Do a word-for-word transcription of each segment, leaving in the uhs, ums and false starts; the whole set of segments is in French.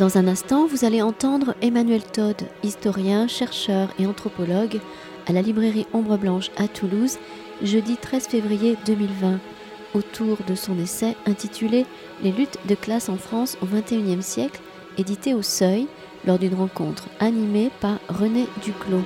Dans un instant, vous allez entendre Emmanuel Todd, historien, chercheur et anthropologue, à la librairie Ombre Blanche à Toulouse, jeudi treize février deux mille vingt, autour de son essai intitulé « Les luttes de classe en France au vingt et unième siècle », édité au Seuil, lors d'une rencontre animée par René Duclos.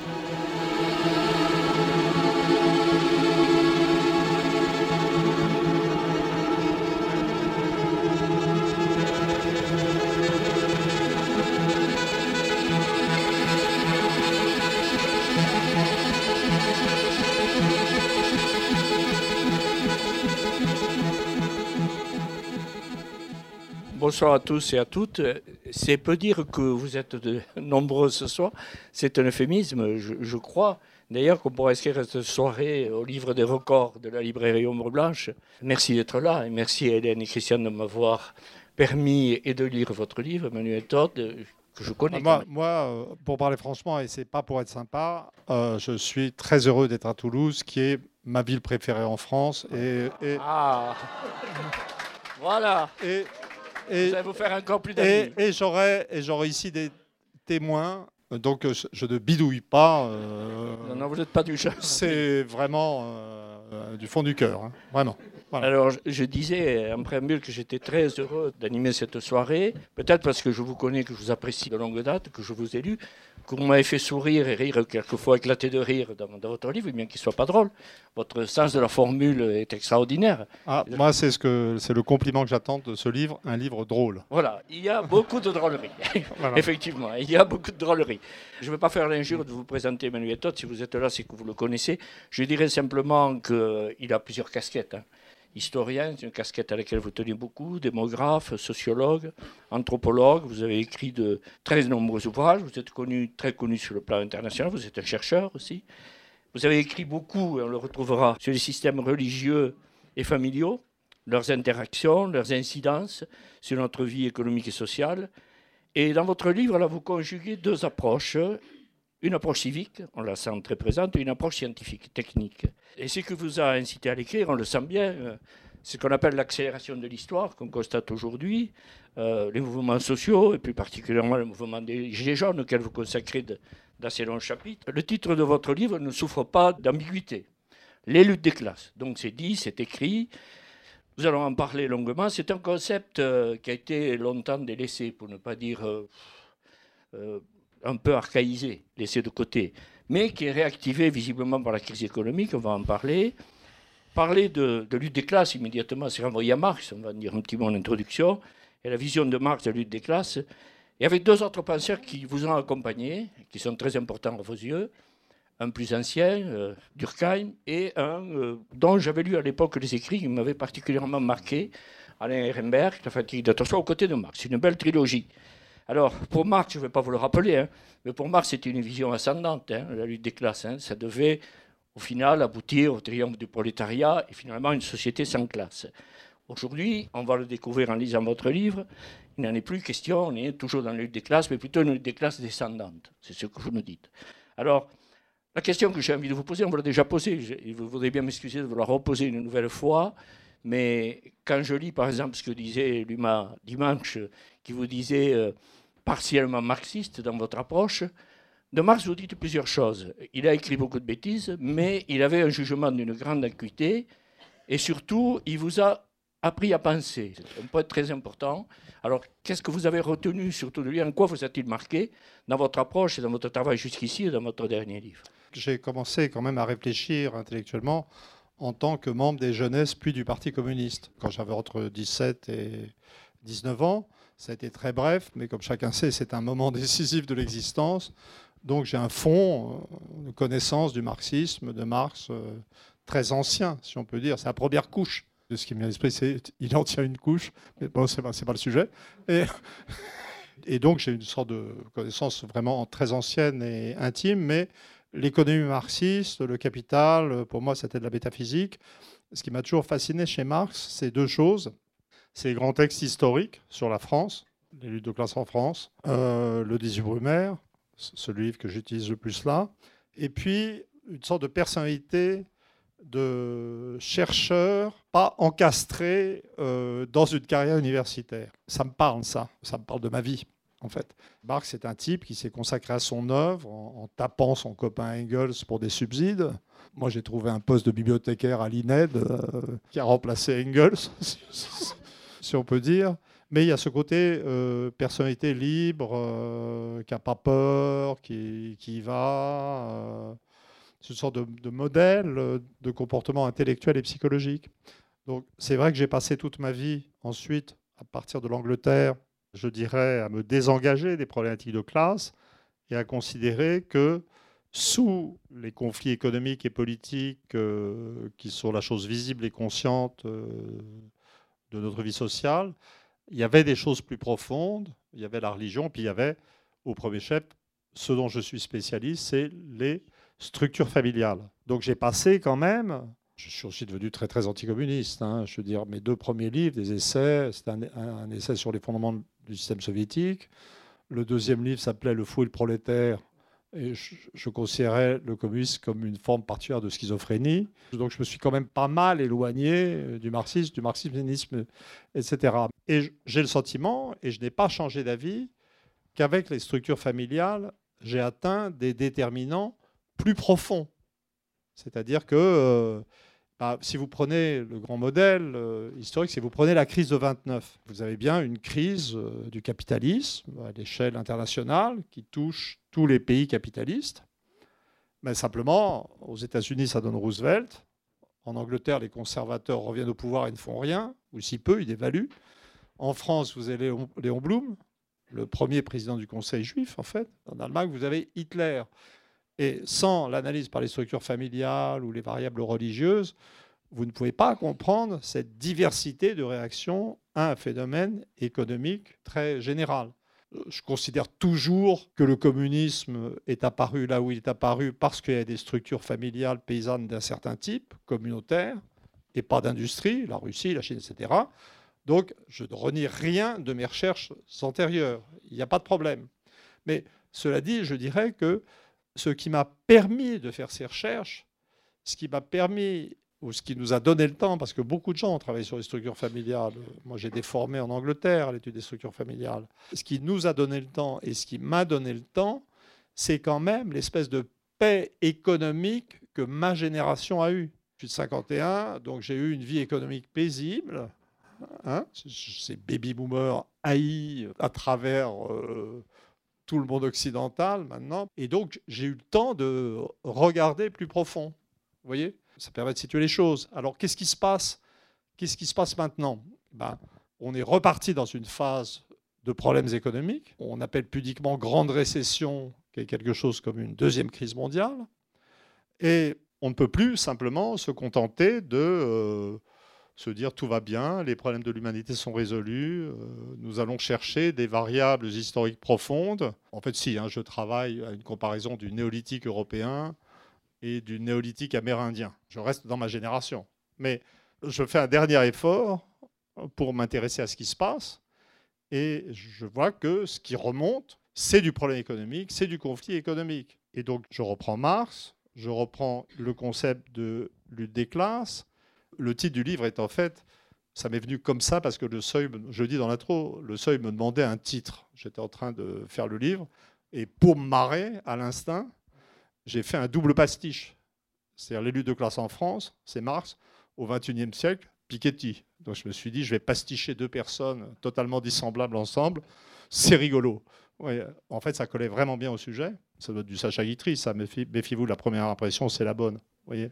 Bonsoir à tous et à toutes. C'est peu dire que vous êtes de nombreux ce soir. C'est un euphémisme, je, je crois. D'ailleurs, qu'on pourrait inscrire cette soirée au livre des records de la librairie Ombre Blanche. Merci d'être là et merci à Hélène et Christiane de m'avoir permis et de lire votre livre, Emmanuel Todd, que je connais. Moi, moi, pour parler franchement, et c'est pas pour être sympa, euh, je suis très heureux d'être à Toulouse, qui est ma ville préférée en France. Et, et ah, voilà. Et, Et, vous allez vous faire encore plus d'amis. Et, et j'aurai ici des témoins, donc je, je ne bidouille pas. Euh, non, non, vous n'êtes pas du genre. C'est vraiment euh, du fond du cœur, hein, vraiment. Voilà. Alors, je, je disais en préambule que j'étais très heureux d'animer cette soirée, peut-être parce que je vous connais, que je vous apprécie de longue date, que je vous ai lu, que vous m'avez fait sourire et rire, quelquefois éclater de rire dans, dans votre livre, bien qu'il ne soit pas drôle. Votre sens de la formule est extraordinaire. Ah, moi, c'est ce que, c'est le compliment que j'attends de ce livre, un livre drôle. Voilà, il y a beaucoup de drôleries. Voilà. Effectivement, il y a beaucoup de drôleries. Je ne vais pas faire l'injure de vous présenter Emmanuel Todd. Si vous êtes là, c'est que vous le connaissez. Je dirais simplement qu'il a plusieurs casquettes. Hein. Historien, c'est une casquette à laquelle vous tenez beaucoup, démographe, sociologue, anthropologue. Vous avez écrit de très nombreux ouvrages. Vous êtes connu, très connu sur le plan international. Vous êtes un chercheur aussi. Vous avez écrit beaucoup, et on le retrouvera, sur les systèmes religieux et familiaux, leurs interactions, leurs incidences sur notre vie économique et sociale. Et dans votre livre, là, vous conjuguez deux approches. Une approche civique, on la sent très présente, et une approche scientifique, technique. Et ce qui vous a incité à l'écrire, on le sent bien, c'est ce qu'on appelle l'accélération de l'histoire, qu'on constate aujourd'hui, euh, les mouvements sociaux, et plus particulièrement le mouvement des Gilets jaunes, auquel vous consacrez d'assez longs chapitres. Le titre de votre livre ne souffre pas d'ambiguïté. Les luttes des classes. Donc c'est dit, c'est écrit. Nous allons en parler longuement. C'est un concept euh, qui a été longtemps délaissé, pour ne pas dire... Euh, euh, un peu archaïsé, laissé de côté, mais qui est réactivé visiblement par la crise économique, on va en parler. Parler de, de lutte des classes, immédiatement, c'est renvoyer à Marx, on va dire un petit mot en introduction, et la vision de Marx de la lutte des classes, et avec deux autres penseurs qui vous ont accompagné, qui sont très importants à vos yeux, un plus ancien, euh, Durkheim, et un euh, dont j'avais lu à l'époque les écrits, qui m'avait particulièrement marqué, Alain Ehrenberg, La fatigue d'être soi, aux côtés de Marx. C'est une belle trilogie. Alors, pour Marx, je ne vais pas vous le rappeler, hein, mais pour Marx, c'était une vision ascendante, hein, la lutte des classes. Hein, ça devait, au final, aboutir au triomphe du prolétariat et finalement une société sans classe. Aujourd'hui, on va le découvrir en lisant votre livre, il n'en est plus question, on est toujours dans la lutte des classes, mais plutôt une lutte des classes descendante. C'est ce que vous nous dites. Alors, la question que j'ai envie de vous poser, on vous l'a déjà posée, je, vous voudrez bien m'excuser de vous la reposer une nouvelle fois, mais quand je lis, par exemple, ce que disait Luma dimanche, qui vous disait euh, partiellement marxiste dans votre approche, de Marx, vous dites plusieurs choses. Il a écrit beaucoup de bêtises, mais il avait un jugement d'une grande acuité, et surtout, il vous a appris à penser. C'est un point très important. Alors, qu'est-ce que vous avez retenu surtout de lui? En quoi vous a-t-il marqué dans votre approche et dans votre travail jusqu'ici et dans votre dernier livre? J'ai commencé quand même à réfléchir intellectuellement en tant que membre des jeunesses puis du Parti communiste, quand j'avais entre dix-sept et dix-neuf ans. Ça a été très bref, mais comme chacun sait, c'est un moment décisif de l'existence. Donc j'ai un fond de connaissance du marxisme, de Marx, euh, très ancien, si on peut dire. C'est la première couche de ce qui me vient à l'esprit, c'est il en tient une couche, mais bon, c'est pas, c'est pas le sujet. Et, et donc j'ai une sorte de connaissance vraiment très ancienne et intime, mais l'économie marxiste, le capital, pour moi, c'était de la métaphysique. Ce qui m'a toujours fasciné chez Marx, c'est deux choses. C'est les grands textes historiques sur la France, les luttes de classe en France, euh, le dix-huit Brumaire, ce livre que j'utilise le plus là, et puis une sorte de personnalité de chercheur pas encastré euh, dans une carrière universitaire. Ça me parle, ça. Ça me parle de ma vie, en fait. Marx est un type qui s'est consacré à son œuvre en, en tapant son copain Engels pour des subsides. Moi, j'ai trouvé un poste de bibliothécaire à l'I N E D euh, qui a remplacé Engels, si on peut dire. Mais il y a ce côté euh, personnalité libre, euh, qui n'a pas peur, qui, qui y va. Euh, c'est une sorte de, de modèle de comportement intellectuel et psychologique. Donc, c'est vrai que j'ai passé toute ma vie ensuite, à partir de l'Angleterre, je dirais, à me désengager des problématiques de classe et à considérer que sous les conflits économiques et politiques euh, qui sont la chose visible et consciente euh, de notre vie sociale, il y avait des choses plus profondes, il y avait la religion, puis il y avait, au premier chef, ce dont je suis spécialiste, c'est les structures familiales. Donc j'ai passé quand même, je suis aussi devenu très très anticommuniste, hein, je veux dire, mes deux premiers livres, des essais, c'était un, un, un essai sur les fondements du système soviétique, le deuxième livre s'appelait Le fou et le prolétaire, et je, je considérais le communisme comme une forme particulière de schizophrénie. Donc je me suis quand même pas mal éloigné du marxisme, du marxisme-léninisme, et cetera. Et j'ai le sentiment, et je n'ai pas changé d'avis, qu'avec les structures familiales, j'ai atteint des déterminants plus profonds. C'est-à-dire que euh, bah, si vous prenez le grand modèle euh, historique, si vous prenez la crise de vingt-neuf, vous avez bien une crise euh, du capitalisme à l'échelle internationale qui touche tous les pays capitalistes. Mais simplement, aux États-Unis, ça donne Roosevelt. En Angleterre, les conservateurs reviennent au pouvoir et ne font rien, ou si peu, ils dévaluent. En France, vous avez Léon, Léon Blum, le premier président du Conseil juif, en fait. En Allemagne, vous avez Hitler. Et sans l'analyse par les structures familiales ou les variables religieuses, vous ne pouvez pas comprendre cette diversité de réactions à un phénomène économique très général. Je considère toujours que le communisme est apparu là où il est apparu parce qu'il y a des structures familiales paysannes d'un certain type, communautaires, et pas d'industrie, la Russie, la Chine, et cetera. Donc, je ne renie rien de mes recherches antérieures. Il n'y a pas de problème. Mais cela dit, je dirais que ce qui m'a permis de faire ces recherches, ce qui m'a permis, ou ce qui nous a donné le temps, parce que beaucoup de gens ont travaillé sur les structures familiales. Moi, j'ai été formé en Angleterre à l'étude des structures familiales. Ce qui nous a donné le temps et ce qui m'a donné le temps, c'est quand même l'espèce de paix économique que ma génération a eue. Je suis de cinquante et un, donc j'ai eu une vie économique paisible. Hein, ces baby-boomers haïs à travers euh, tout le monde occidental maintenant. Et donc, j'ai eu le temps de regarder plus profond. Vous voyez ? Ça permet de situer les choses. Alors, qu'est-ce qui se passe ? Qu'est-ce qui se passe maintenant ? Ben, on est reparti dans une phase de problèmes économiques. On appelle pudiquement grande récession, qui est quelque chose comme une deuxième crise mondiale. Et on ne peut plus simplement se contenter de euh, se dire tout va bien, les problèmes de l'humanité sont résolus, euh, nous allons chercher des variables historiques profondes. En fait, si, hein, je travaille à une comparaison du néolithique européen et du néolithique amérindien. Je reste dans ma génération. Mais je fais un dernier effort pour m'intéresser à ce qui se passe. Et je vois que ce qui remonte, c'est du problème économique, c'est du conflit économique. Et donc, je reprends Marx, je reprends le concept de lutte des classes. Le titre du livre est en fait, ça m'est venu comme ça parce que le Seuil, je le dis dans l'intro, le Seuil me demandait un titre. J'étais en train de faire le livre. Et pour me marrer, à l'instinct, j'ai fait un double pastiche. C'est-à-dire les luttes de classe en France, c'est Marx. Au vingt et unième siècle, Piketty. Donc je me suis dit, je vais pasticher deux personnes totalement dissemblables ensemble. C'est rigolo. Ouais, en fait, ça collait vraiment bien au sujet. Ça doit être du Sacha Guitry, ça. Méfiez-vous, la première impression, c'est la bonne. Vous voyez,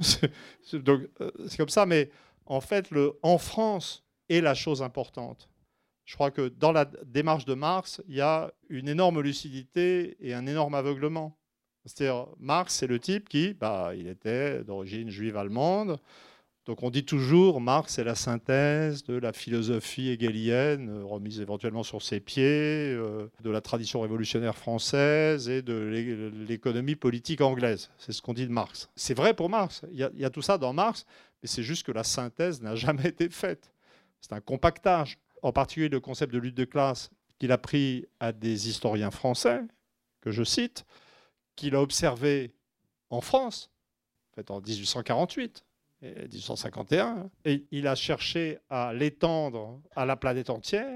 donc c'est comme ça. Mais en fait, le en France est la chose importante. Je crois que dans la démarche de Marx, il y a une énorme lucidité et un énorme aveuglement. C'est-à-dire, Marx, c'est le type qui, bah, il était d'origine juive allemande. Donc on dit toujours, Marx est la synthèse de la philosophie hegelienne, remise éventuellement sur ses pieds, euh, de la tradition révolutionnaire française et de l'économie politique anglaise. C'est ce qu'on dit de Marx. C'est vrai pour Marx. Il y a, il y a tout ça dans Marx, mais c'est juste que la synthèse n'a jamais été faite. C'est un compactage. En particulier le concept de lutte de classe qu'il a pris à des historiens français, que je cite, qu'il a observé en France, en fait en dix-huit cent quarante-huit, dix-huit cent cinquante et un, et il a cherché à l'étendre à la planète entière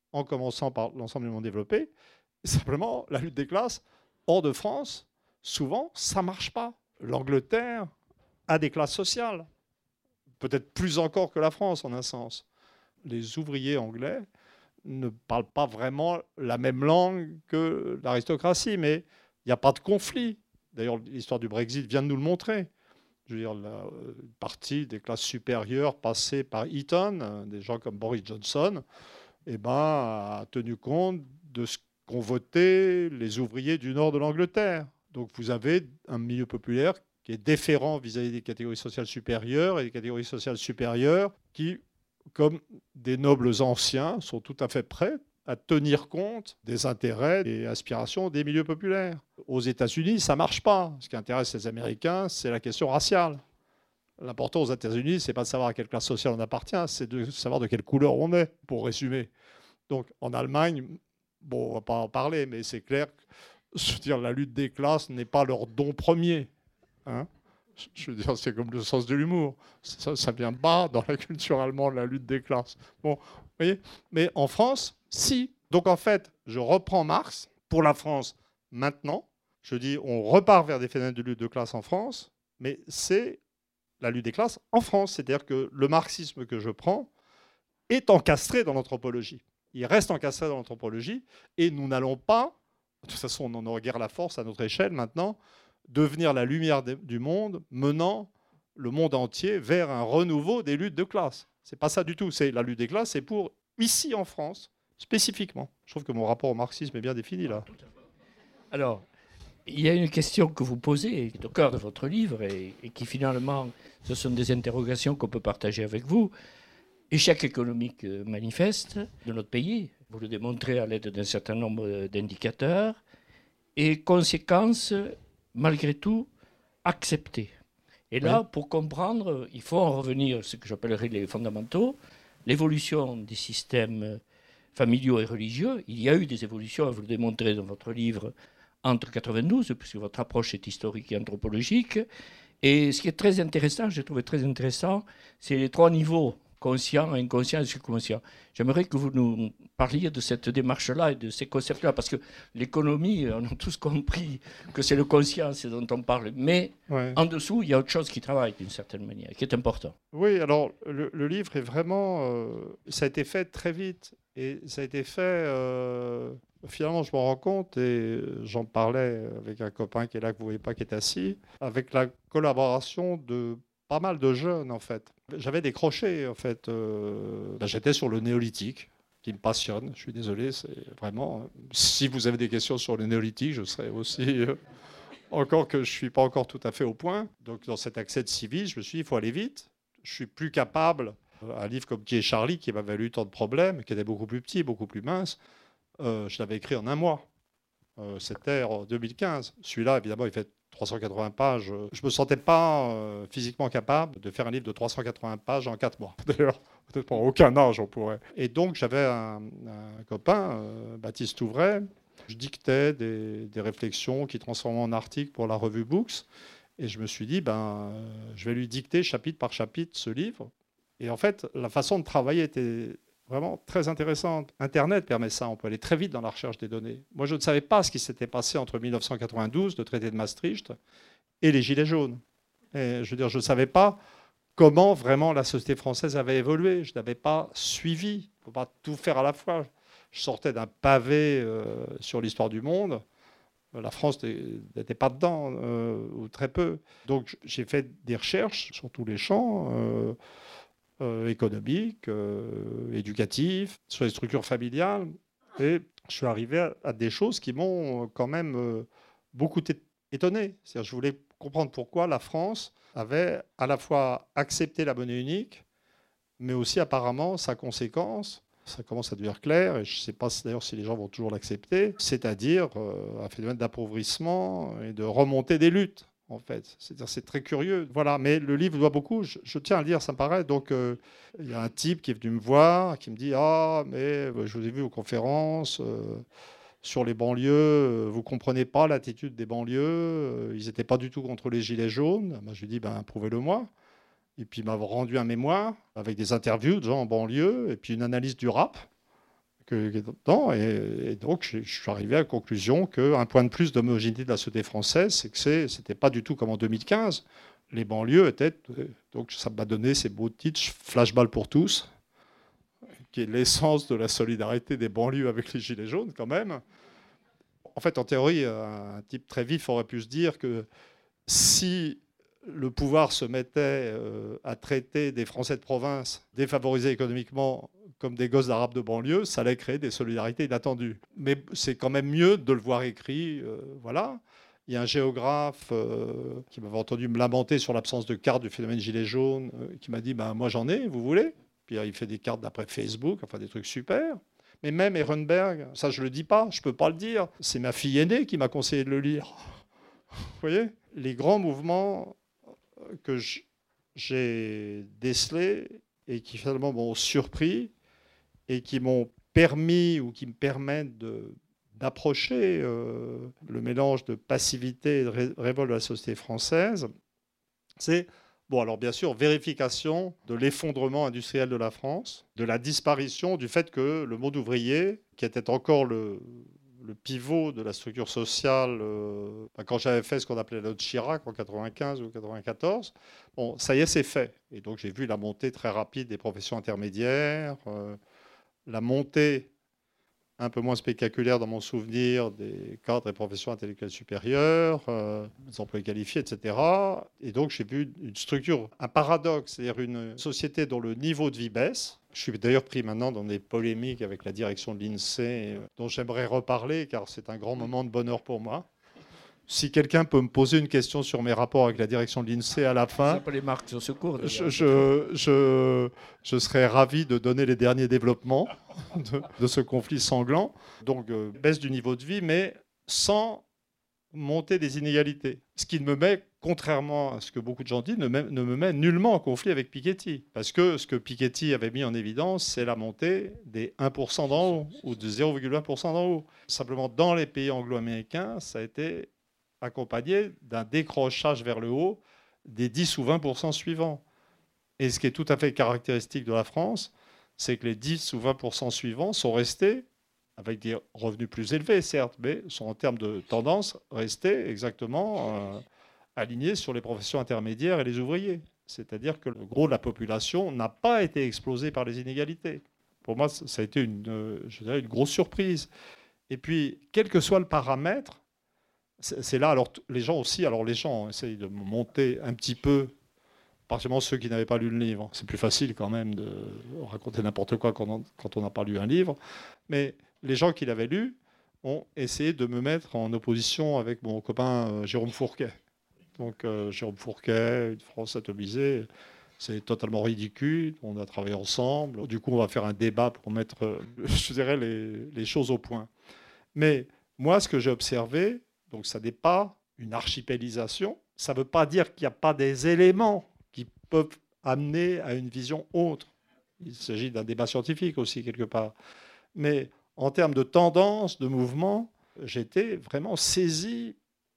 en commençant par l'ensemble du monde développé. Et simplement, la lutte des classes, hors de France, souvent, ça ne marche pas. L'Angleterre a des classes sociales, peut-être plus encore que la France en un sens. Les ouvriers anglais ne parlent pas vraiment la même langue que l'aristocratie, mais il n'y a pas de conflit. D'ailleurs, l'histoire du Brexit vient de nous le montrer. Je veux dire, la partie des classes supérieures passée par Eton, des gens comme Boris Johnson, eh ben, a tenu compte de ce qu'ont voté les ouvriers du nord de l'Angleterre. Donc vous avez un milieu populaire qui est déférent vis-à-vis des catégories sociales supérieures et des catégories sociales supérieures qui, comme des nobles anciens, sont tout à fait prêts à tenir compte des intérêts et aspirations des milieux populaires. Aux États-Unis, ça ne marche pas. Ce qui intéresse les Américains, c'est la question raciale. L'important aux États-Unis, ce n'est pas de savoir à quelle classe sociale on appartient, c'est de savoir de quelle couleur on est, pour résumer. Donc en Allemagne, bon, on ne va pas en parler, mais c'est clair que je veux dire, la lutte des classes n'est pas leur don premier. Hein, je veux dire, c'est comme le sens de l'humour. Ça, ça vient pas dans la culture allemande, la lutte des classes. Bon, vous voyez. Mais en France, si. Donc en fait, je reprends Marx pour la France maintenant. Je dis, on repart vers des phénomènes de lutte de classe en France, mais c'est la lutte des classes en France. C'est-à-dire que le marxisme que je prends est encastré dans l'anthropologie. Il reste encastré dans l'anthropologie et nous n'allons pas, de toute façon, on en aura guère la force à notre échelle maintenant, devenir la lumière du monde, menant le monde entier vers un renouveau des luttes de classe. Ce n'est pas ça du tout. C'est la lutte des classes, c'est pour ici en France, spécifiquement. Je trouve que mon rapport au marxisme est bien défini là. Alors, il y a une question que vous posez, qui est au cœur de votre livre, et, et qui finalement, ce sont des interrogations qu'on peut partager avec vous. Échec économique manifeste de notre pays, vous le démontrez à l'aide d'un certain nombre d'indicateurs, et conséquences, malgré tout, acceptées. Et là, oui. Pour comprendre, il faut en revenir à ce que j'appellerais les fondamentaux, l'évolution des systèmes familiaux et religieux. Il y a eu des évolutions, vous le démontrez dans votre livre, entre quatre-vingt-douze, puisque votre approche est historique et anthropologique. Et ce qui est très intéressant, j'ai trouvé très intéressant, c'est les trois niveaux, conscient, inconscient et subconscient. J'aimerais que vous nous parliez de cette démarche-là et de ces concepts-là, parce que l'économie, on a tous compris que c'est le conscient, c'est dont on parle, mais ouais. En dessous, il y a autre chose qui travaille d'une certaine manière, qui est important. Oui, alors le, le livre est vraiment... Euh, ça a été fait très vite, et ça a été fait... Euh, finalement, je m'en rends compte, et j'en parlais avec un copain qui est là, que vous ne voyez pas, qui est assis, avec la collaboration de pas mal de jeunes, en fait. J'avais décroché, en fait. Euh, ben, j'étais sur le néolithique, qui me passionne. Je suis désolé, c'est vraiment... Si vous avez des questions sur le néolithique, je serais aussi... Euh, encore que je ne suis pas encore tout à fait au point. Donc, dans cet accès de civisme, je me suis dit, il faut aller vite. Je suis plus capable. Un livre comme Qui est Charlie, qui m'avait eu tant de problèmes, qui était beaucoup plus petit, beaucoup plus mince, euh, je l'avais écrit en un mois. Euh, c'était en deux mille quinze. Celui-là, évidemment, il fait trois cent quatre-vingts pages. Je ne me sentais pas euh, physiquement capable de faire un livre de trois cent quatre-vingts pages en quatre mois. D'ailleurs, peut-être pas aucun âge, on pourrait. Et donc, j'avais un, un copain, euh, Baptiste Ouvray. Je dictais des, des réflexions qui transformaient en articles pour la revue Books. Et je me suis dit, ben, euh, je vais lui dicter chapitre par chapitre ce livre. Et en fait, la façon de travailler était vraiment très intéressante. Internet permet ça, on peut aller très vite dans la recherche des données. Moi, je ne savais pas ce qui s'était passé entre mille neuf cent quatre-vingt-douze, le traité de Maastricht, et les Gilets jaunes. Et je veux dire, je ne savais pas comment vraiment la société française avait évolué. Je n'avais pas suivi. Il ne faut pas tout faire à la fois. Je sortais d'un pavé euh, sur l'histoire du monde. La France n'était pas dedans, euh, ou très peu. Donc, j'ai fait des recherches sur tous les champs. Euh, Euh, économique, euh, éducatif, sur les structures familiales. Et je suis arrivé à, à des choses qui m'ont quand même euh, beaucoup étonné. C'est-à-dire, je voulais comprendre pourquoi la France avait à la fois accepté la monnaie unique, mais aussi apparemment sa conséquence. Ça commence à devenir clair, et je ne sais pas d'ailleurs si les gens vont toujours l'accepter, c'est-à-dire euh, un phénomène d'appauvrissement et de remontée des luttes. En fait, c'est-à-dire, c'est très curieux. Voilà, mais le livre doit beaucoup. Je, je tiens à le lire, ça me paraît. Donc, euh, il y a un type qui est venu me voir, qui me dit « Ah, mais je vous ai vu aux conférences euh, sur les banlieues. Euh, vous ne comprenez pas l'attitude des banlieues. Euh, ils n'étaient pas du tout contre les gilets jaunes. » Ben, je lui dis ben, « Prouvez-le-moi. » Et puis, il m'a rendu un mémoire avec des interviews de gens en banlieue et puis une analyse du rap que, que dedans. Et, et donc, je, je suis arrivé à la conclusion qu'un point de plus d'homogénéité de la société française, c'est que ce n'était pas du tout comme en deux mille quinze. Les banlieues étaient... Donc, ça m'a donné ces beaux titres, Flashball pour tous, qui est l'essence de la solidarité des banlieues avec les Gilets jaunes, quand même. En fait, en théorie, un type très vif aurait pu se dire que si le pouvoir se mettait à traiter des Français de province défavorisés économiquement comme des gosses d'arabes de banlieue, ça allait créer des solidarités inattendues. Mais c'est quand même mieux de le voir écrit. Euh, voilà. Il y a un géographe euh, qui m'avait entendu me lamenter sur l'absence de carte du phénomène gilet jaune, euh, qui m'a dit ben, « moi j'en ai, vous voulez ?» Puis il fait des cartes d'après Facebook, enfin des trucs super. Mais même Ehrenberg, ça je ne le dis pas, je ne peux pas le dire. C'est ma fille aînée qui m'a conseillé de le lire. Vous voyez ? Les grands mouvements que j'ai décelés et qui finalement m'ont surpris et qui m'ont permis ou qui me permettent de, d'approcher euh, le mélange de passivité et de ré- révolte de la société française, c'est, bon alors bien sûr, vérification de l'effondrement industriel de la France, de la disparition du fait que le monde ouvrier, qui était encore le, le pivot de la structure sociale, euh, quand j'avais fait ce qu'on appelait la loi de Chirac en quatre-vingt-quinze ou quatre-vingt-quatorze, bon, ça y est, c'est fait. Et donc j'ai vu la montée très rapide des professions intermédiaires, euh, la montée un peu moins spectaculaire dans mon souvenir des cadres et professions intellectuelles supérieures, euh, des emplois qualifiés, et cetera. Et donc j'ai vu une structure, un paradoxe, c'est-à-dire une société dont le niveau de vie baisse. Je suis d'ailleurs pris maintenant dans des polémiques avec la direction de l'INSEE, euh, dont j'aimerais reparler, car c'est un grand moment de bonheur pour moi. Si quelqu'un peut me poser une question sur mes rapports avec la direction de l'INSEE à la fin, les marques au secours, je, je, je, je serais ravi de donner les derniers développements de, de ce conflit sanglant. Donc, euh, baisse du niveau de vie, mais sans monter des inégalités. Ce qui ne me met, contrairement à ce que beaucoup de gens disent, ne me, ne me met nullement en conflit avec Piketty. Parce que ce que Piketty avait mis en évidence, c'est la montée des un pour cent d'en haut, ou de zéro virgule un pour cent d'en haut. Simplement, dans les pays anglo-américains, ça a été accompagné d'un décrochage vers le haut des dix ou vingt pour cent suivants. Et ce qui est tout à fait caractéristique de la France, c'est que les dix ou vingt pour cent suivants sont restés, avec des revenus plus élevés, certes, mais sont en termes de tendance restés exactement euh, alignés sur les professions intermédiaires et les ouvriers. C'est-à-dire que le gros de la population n'a pas été explosé par les inégalités. Pour moi, ça a été une, je dirais, une grosse surprise. Et puis, quel que soit le paramètre, c'est là, alors les gens aussi, alors les gens essayent de monter un petit peu, particulièrement ceux qui n'avaient pas lu le livre. C'est plus facile quand même de raconter n'importe quoi quand on n'a pas lu un livre. Mais les gens qui l'avaient lu ont essayé de me mettre en opposition avec mon copain euh, Jérôme Fourquet. Donc euh, Jérôme Fourquet, une France atomisée, c'est totalement ridicule. On a travaillé ensemble. Du coup, on va faire un débat pour mettre, euh, je dirais, les, les choses au point. Mais moi, ce que j'ai observé, donc ça n'est pas une archipélisation. Ça ne veut pas dire qu'il n'y a pas des éléments qui peuvent amener à une vision autre. Il s'agit d'un débat scientifique aussi, quelque part. Mais en termes de tendance, de mouvement, j'étais vraiment saisi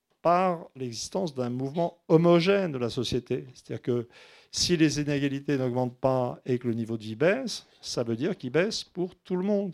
par l'existence d'un mouvement homogène de la société. C'est-à-dire que si les inégalités n'augmentent pas et que le niveau de vie baisse, ça veut dire qu'il baisse pour tout le monde.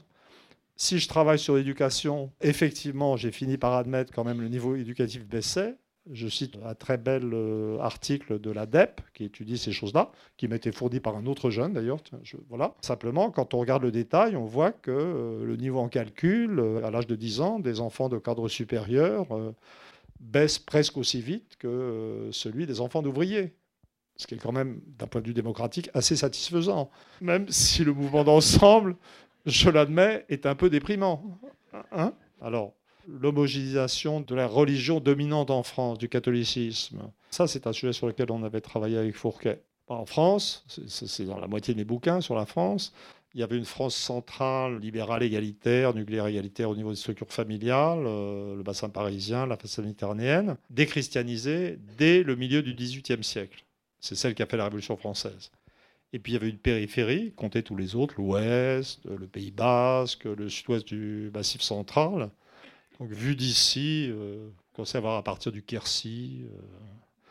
Si je travaille sur l'éducation, effectivement, j'ai fini par admettre quand même le niveau éducatif baissait. Je cite un très bel euh, article de l'A D E P qui étudie ces choses-là, qui m'a été fourni par un autre jeune d'ailleurs. Voilà. Simplement, quand on regarde le détail, on voit que euh, le niveau en calcul, euh, à l'âge de dix ans, des enfants de cadre supérieur euh, baisse presque aussi vite que euh, celui des enfants d'ouvriers. Ce qui est quand même, d'un point de vue démocratique, assez satisfaisant. Même si le mouvement d'ensemble, je l'admets, est un peu déprimant. Hein ? Alors, l'homogénéisation de la religion dominante en France, du catholicisme, ça, c'est un sujet sur lequel on avait travaillé avec Fourquet. En France, c'est dans la moitié de mes bouquins sur la France, il y avait une France centrale, libérale, égalitaire, nucléaire égalitaire au niveau des structures familiales, euh, le bassin parisien, la façade méditerranéenne, déchristianisée dès le milieu du dix-huitième siècle. C'est celle qui a fait la Révolution française. Et puis il y avait une périphérie, comptez tous les autres, l'Ouest, le Pays Basque, le Sud-Ouest du Massif central. Donc vu d'ici, euh, on commence à voir à partir du Quercy, euh,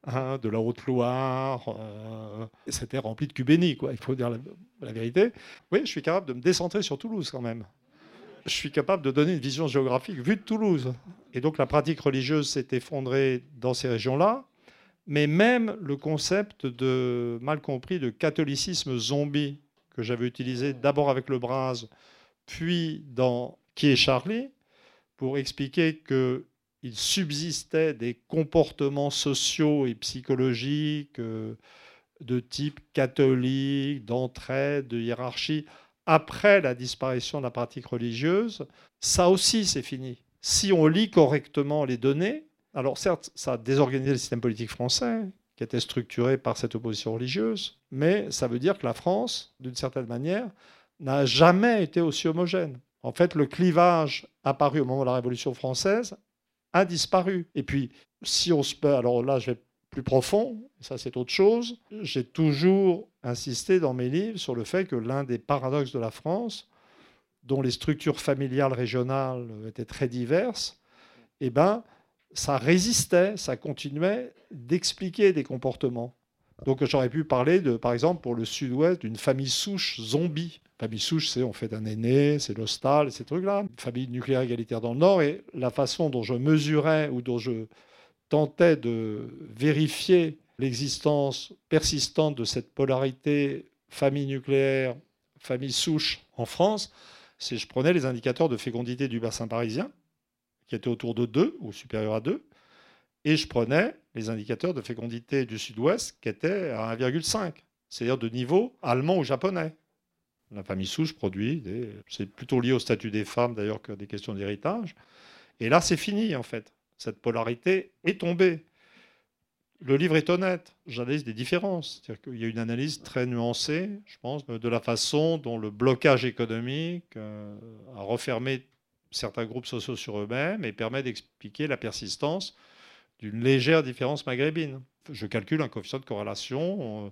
hein, de la Haute-Loire. Euh, c'était rempli de cubénis, quoi, il faut dire la, la vérité. Oui, je suis capable de me décentrer sur Toulouse quand même. Je suis capable de donner une vision géographique vue de Toulouse. Et donc la pratique religieuse s'est effondrée dans ces régions-là. Mais même le concept de, mal compris, de catholicisme zombie, que j'avais utilisé d'abord avec le Braz, puis dans Qui est Charlie, pour expliquer qu'il subsistait des comportements sociaux et psychologiques euh, de type catholique, d'entraide, de hiérarchie, après la disparition de la pratique religieuse. Ça aussi, c'est fini. Si on lit correctement les données, alors certes, ça a désorganisé le système politique français, qui était structuré par cette opposition religieuse, mais ça veut dire que la France, d'une certaine manière, n'a jamais été aussi homogène. En fait, le clivage apparu au moment de la Révolution française a disparu. Et puis, si on se peut, alors là, je vais plus profond, ça c'est autre chose. J'ai toujours insisté dans mes livres sur le fait que l'un des paradoxes de la France, dont les structures familiales régionales étaient très diverses, eh ben, ça résistait, ça continuait d'expliquer des comportements. Donc j'aurais pu parler, de, par exemple, pour le Sud-Ouest, d'une famille souche zombie. Famille souche, c'est on fait un aîné, c'est l'hostal, ces trucs-là. Une famille nucléaire égalitaire dans le Nord. Et la façon dont je mesurais ou dont je tentais de vérifier l'existence persistante de cette polarité famille nucléaire, famille souche en France, c'est je prenais les indicateurs de fécondité du bassin parisien, qui étaient autour de deux ou supérieurs à deux, et je prenais les indicateurs de fécondité du Sud-Ouest, qui étaient à un virgule cinq, c'est-à-dire de niveau allemand ou japonais. La famille souche produit, des... c'est plutôt lié au statut des femmes d'ailleurs que des questions d'héritage. Et là, c'est fini en fait. Cette polarité est tombée. Le livre est honnête. J'analyse des différences. C'est-à-dire qu'il y a une analyse très nuancée, je pense, de la façon dont le blocage économique euh, a refermé certains groupes sociaux sur eux-mêmes et permet d'expliquer la persistance d'une légère différence maghrébine. Je calcule un coefficient de corrélation euh,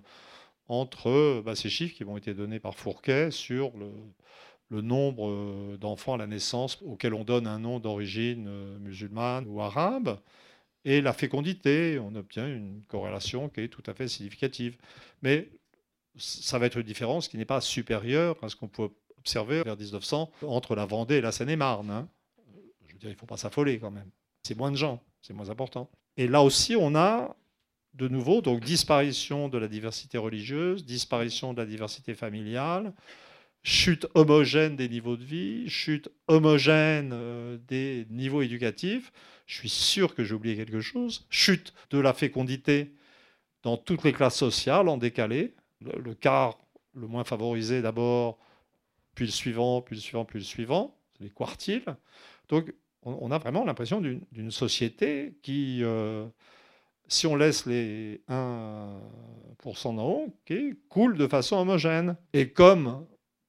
entre bah, ces chiffres qui m'ont été donnés par Fourquet sur le, le nombre d'enfants à la naissance auxquels on donne un nom d'origine musulmane ou arabe, et la fécondité. On obtient une corrélation qui est tout à fait significative. Mais ça va être une différence qui n'est pas supérieure à ce qu'on peut observer vers mille neuf cents entre la Vendée et la Seine-et-Marne. Hein. Je veux dire, il ne faut pas s'affoler quand même. C'est moins de gens, c'est moins important. Et là aussi, on a de nouveau donc disparition de la diversité religieuse, disparition de la diversité familiale, chute homogène des niveaux de vie, chute homogène euh, des niveaux éducatifs. Je suis sûr que j'ai oublié quelque chose. Chute de la fécondité dans toutes les classes sociales en décalé. Le, le quart le moins favorisé d'abord, puis le suivant, puis le suivant, puis le suivant. C'est les quartiles. Donc on, on a vraiment l'impression d'une, d'une société qui... Euh, si on laisse les un pour cent d'en haut, okay, coule de façon homogène. Et comme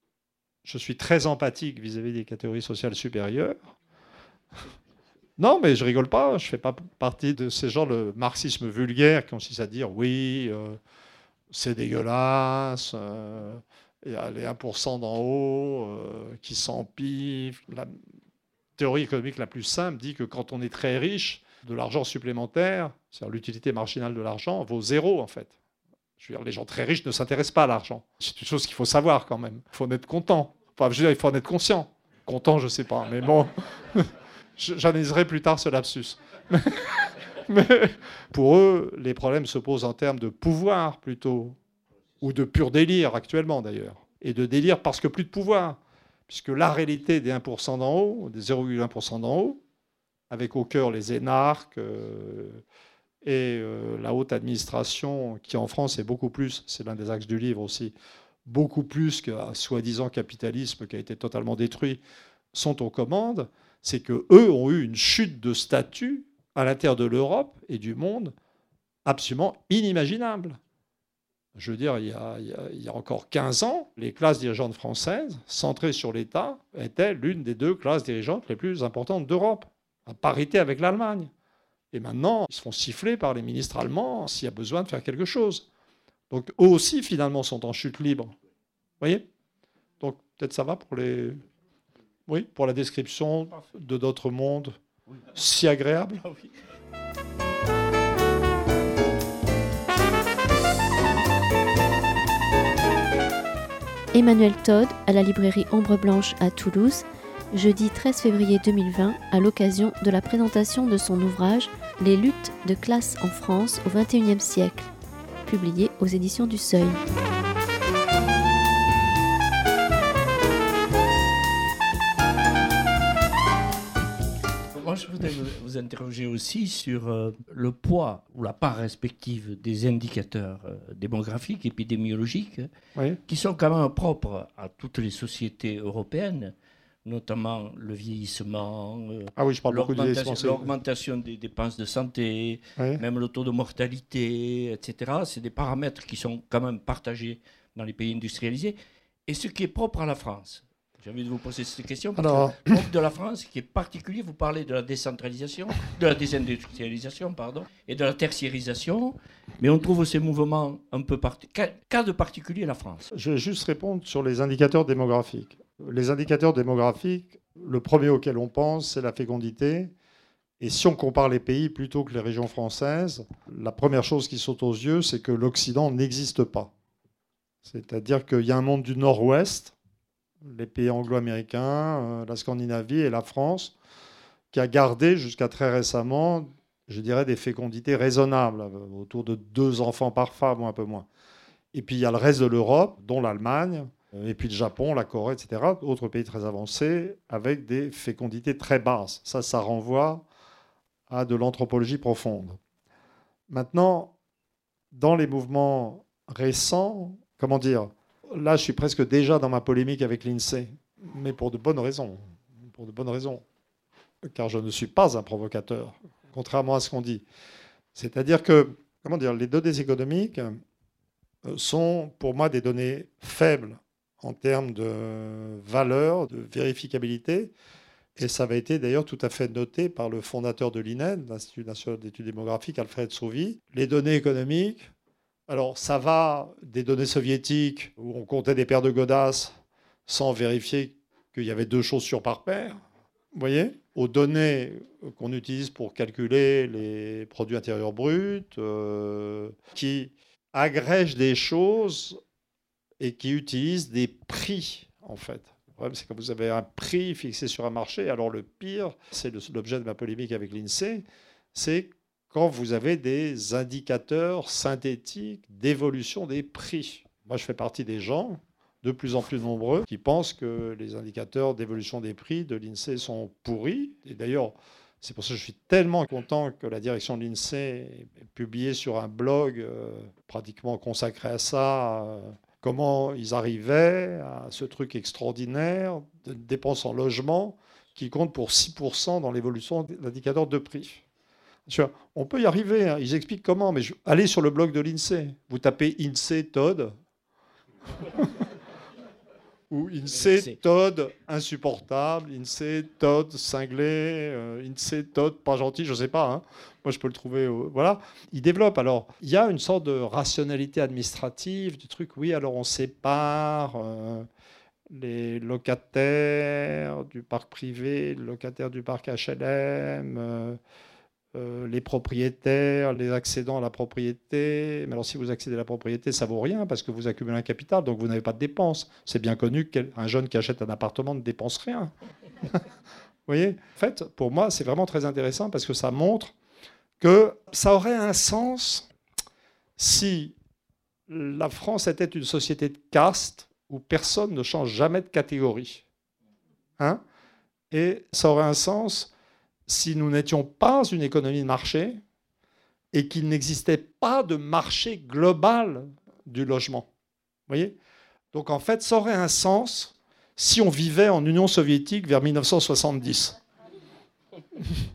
je suis très empathique vis-à-vis des catégories sociales supérieures, non, mais je rigole pas, je ne fais pas partie de ces gens, le marxisme vulgaire, qui consiste à dire oui, euh, c'est dégueulasse, euh, il y a les un pour cent d'en haut euh, qui s'empivent. La théorie économique la plus simple dit que quand on est très riche, de l'argent supplémentaire, c'est-à-dire l'utilité marginale de l'argent, vaut zéro en fait. Je veux dire, les gens très riches ne s'intéressent pas à l'argent. C'est une chose qu'il faut savoir quand même. Il faut en être content. Enfin, je veux dire, il faut en être conscient. Content, je ne sais pas, mais bon, j'analyserai plus tard ce lapsus. Mais pour eux, les problèmes se posent en termes de pouvoir plutôt, ou de pur délire actuellement d'ailleurs. Et de délire parce que plus de pouvoir. Puisque la réalité des un pour cent d'en haut, des zéro virgule un pour cent d'en haut, avec au cœur les énarques euh, et euh, la haute administration, qui en France est beaucoup plus, c'est l'un des axes du livre aussi, beaucoup plus qu'un soi-disant capitalisme qui a été totalement détruit, sont aux commandes, c'est qu'eux ont eu une chute de statut à l'intérieur de l'Europe et du monde absolument inimaginable. Je veux dire, il y, a, il, y a, il y a encore quinze ans, les classes dirigeantes françaises, centrées sur l'État, étaient l'une des deux classes dirigeantes les plus importantes d'Europe, à parité avec l'Allemagne. Et maintenant, ils se font siffler par les ministres allemands s'il y a besoin de faire quelque chose. Donc eux aussi, finalement, sont en chute libre. Vous voyez ? Donc peut-être ça va pour les... Oui, pour la description de notre monde si agréable. Emmanuel Todd à la librairie Ombre Blanche à Toulouse, jeudi treize février deux mille vingt, à l'occasion de la présentation de son ouvrage « Les luttes de classe en France au vingt et unième siècle », publié aux éditions du Seuil. Moi, je voudrais vous interroger aussi sur euh, le poids ou la part respective des indicateurs euh, démographiques, épidémiologiques, oui. qui sont quand même propres à toutes les sociétés européennes, notamment le vieillissement, euh, ah oui, je parle l'augmentation, de l'augmentation des dépenses de santé, oui. même le taux de mortalité, et cetera. C'est des paramètres qui sont quand même partagés dans les pays industrialisés. Et ce qui est propre à la France. J'ai envie de vous poser cette question. Parce Alors... que le propre de la France, qui est particulier, vous parlez de la décentralisation, de la désindustrialisation, pardon, et de la tertiarisation, mais on trouve ces mouvements un peu particuliers. Cas de particulier la France. Je vais juste répondre sur les indicateurs démographiques. Les indicateurs démographiques, le premier auquel on pense, c'est la fécondité. Et si on compare les pays plutôt que les régions françaises, la première chose qui saute aux yeux, c'est que l'Occident n'existe pas. C'est-à-dire qu'il y a un monde du Nord-Ouest, les pays anglo-américains, euh, la Scandinavie et la France, qui a gardé jusqu'à très récemment, je dirais, des fécondités raisonnables, autour de deux enfants par femme ou un peu moins. Et puis il y a le reste de l'Europe, dont l'Allemagne, et puis le Japon, la Corée, et cetera, autres pays très avancés, avec des fécondités très basses. Ça, ça renvoie à de l'anthropologie profonde. Maintenant, dans les mouvements récents, comment dire, là, je suis presque déjà dans ma polémique avec l'INSEE, mais pour de bonnes raisons. Pour de bonnes raisons. Car je ne suis pas un provocateur, contrairement à ce qu'on dit. C'est-à-dire que, comment dire, les données économiques sont, pour moi, des données faibles en termes de valeur, de vérificabilité. Et ça avait été d'ailleurs tout à fait noté par le fondateur de l'I N E D, l'Institut national d'études démographiques, Alfred Sauvy. Les données économiques, alors, ça va des données soviétiques où on comptait des paires de godasses sans vérifier qu'il y avait deux chaussures par paire, vous voyez, aux données qu'on utilise pour calculer les produits intérieurs bruts, euh, qui agrègent des choses et qui utilisent des prix, en fait. Le problème, c'est que vous avez un prix fixé sur un marché. Alors, le pire, c'est l'objet de ma polémique avec l'INSEE, c'est quand vous avez des indicateurs synthétiques d'évolution des prix. Moi, je fais partie des gens, de plus en plus nombreux, qui pensent que les indicateurs d'évolution des prix de l'INSEE sont pourris. Et d'ailleurs, c'est pour ça que je suis tellement content que la direction de l'INSEE ait publié sur un blog euh, pratiquement consacré à ça, euh, comment ils arrivaient à ce truc extraordinaire de dépenses en logement qui compte pour six pour cent dans l'évolution de l'indicateur de prix. On peut y arriver, hein. Ils expliquent comment, mais je... allez sur le blog de l'INSEE. Vous tapez INSEE Todd ou INSEE Todd insupportable, INSEE Todd cinglé, euh, INSEE Todd pas gentil, je ne sais pas. Hein. Moi, je peux le trouver. Euh, voilà. Ils développent. Alors, il y a une sorte de rationalité administrative du truc. Oui, alors on sépare euh, les locataires du parc privé, les locataires du parc H L M. Euh, Euh, les propriétaires, les accédants à la propriété. Mais alors, si vous accédez à la propriété, ça ne vaut rien parce que vous accumulez un capital, donc vous n'avez pas de dépenses. C'est bien connu qu'un jeune qui achète un appartement ne dépense rien. Vous voyez ? En fait, pour moi, c'est vraiment très intéressant parce que ça montre que ça aurait un sens si la France était une société de caste où personne ne change jamais de catégorie. Hein ? Et ça aurait un sens si nous n'étions pas une économie de marché et qu'il n'existait pas de marché global du logement. Vous voyez ? Donc en fait, ça aurait un sens si on vivait en Union soviétique vers mille neuf cent soixante-dix. Hein ?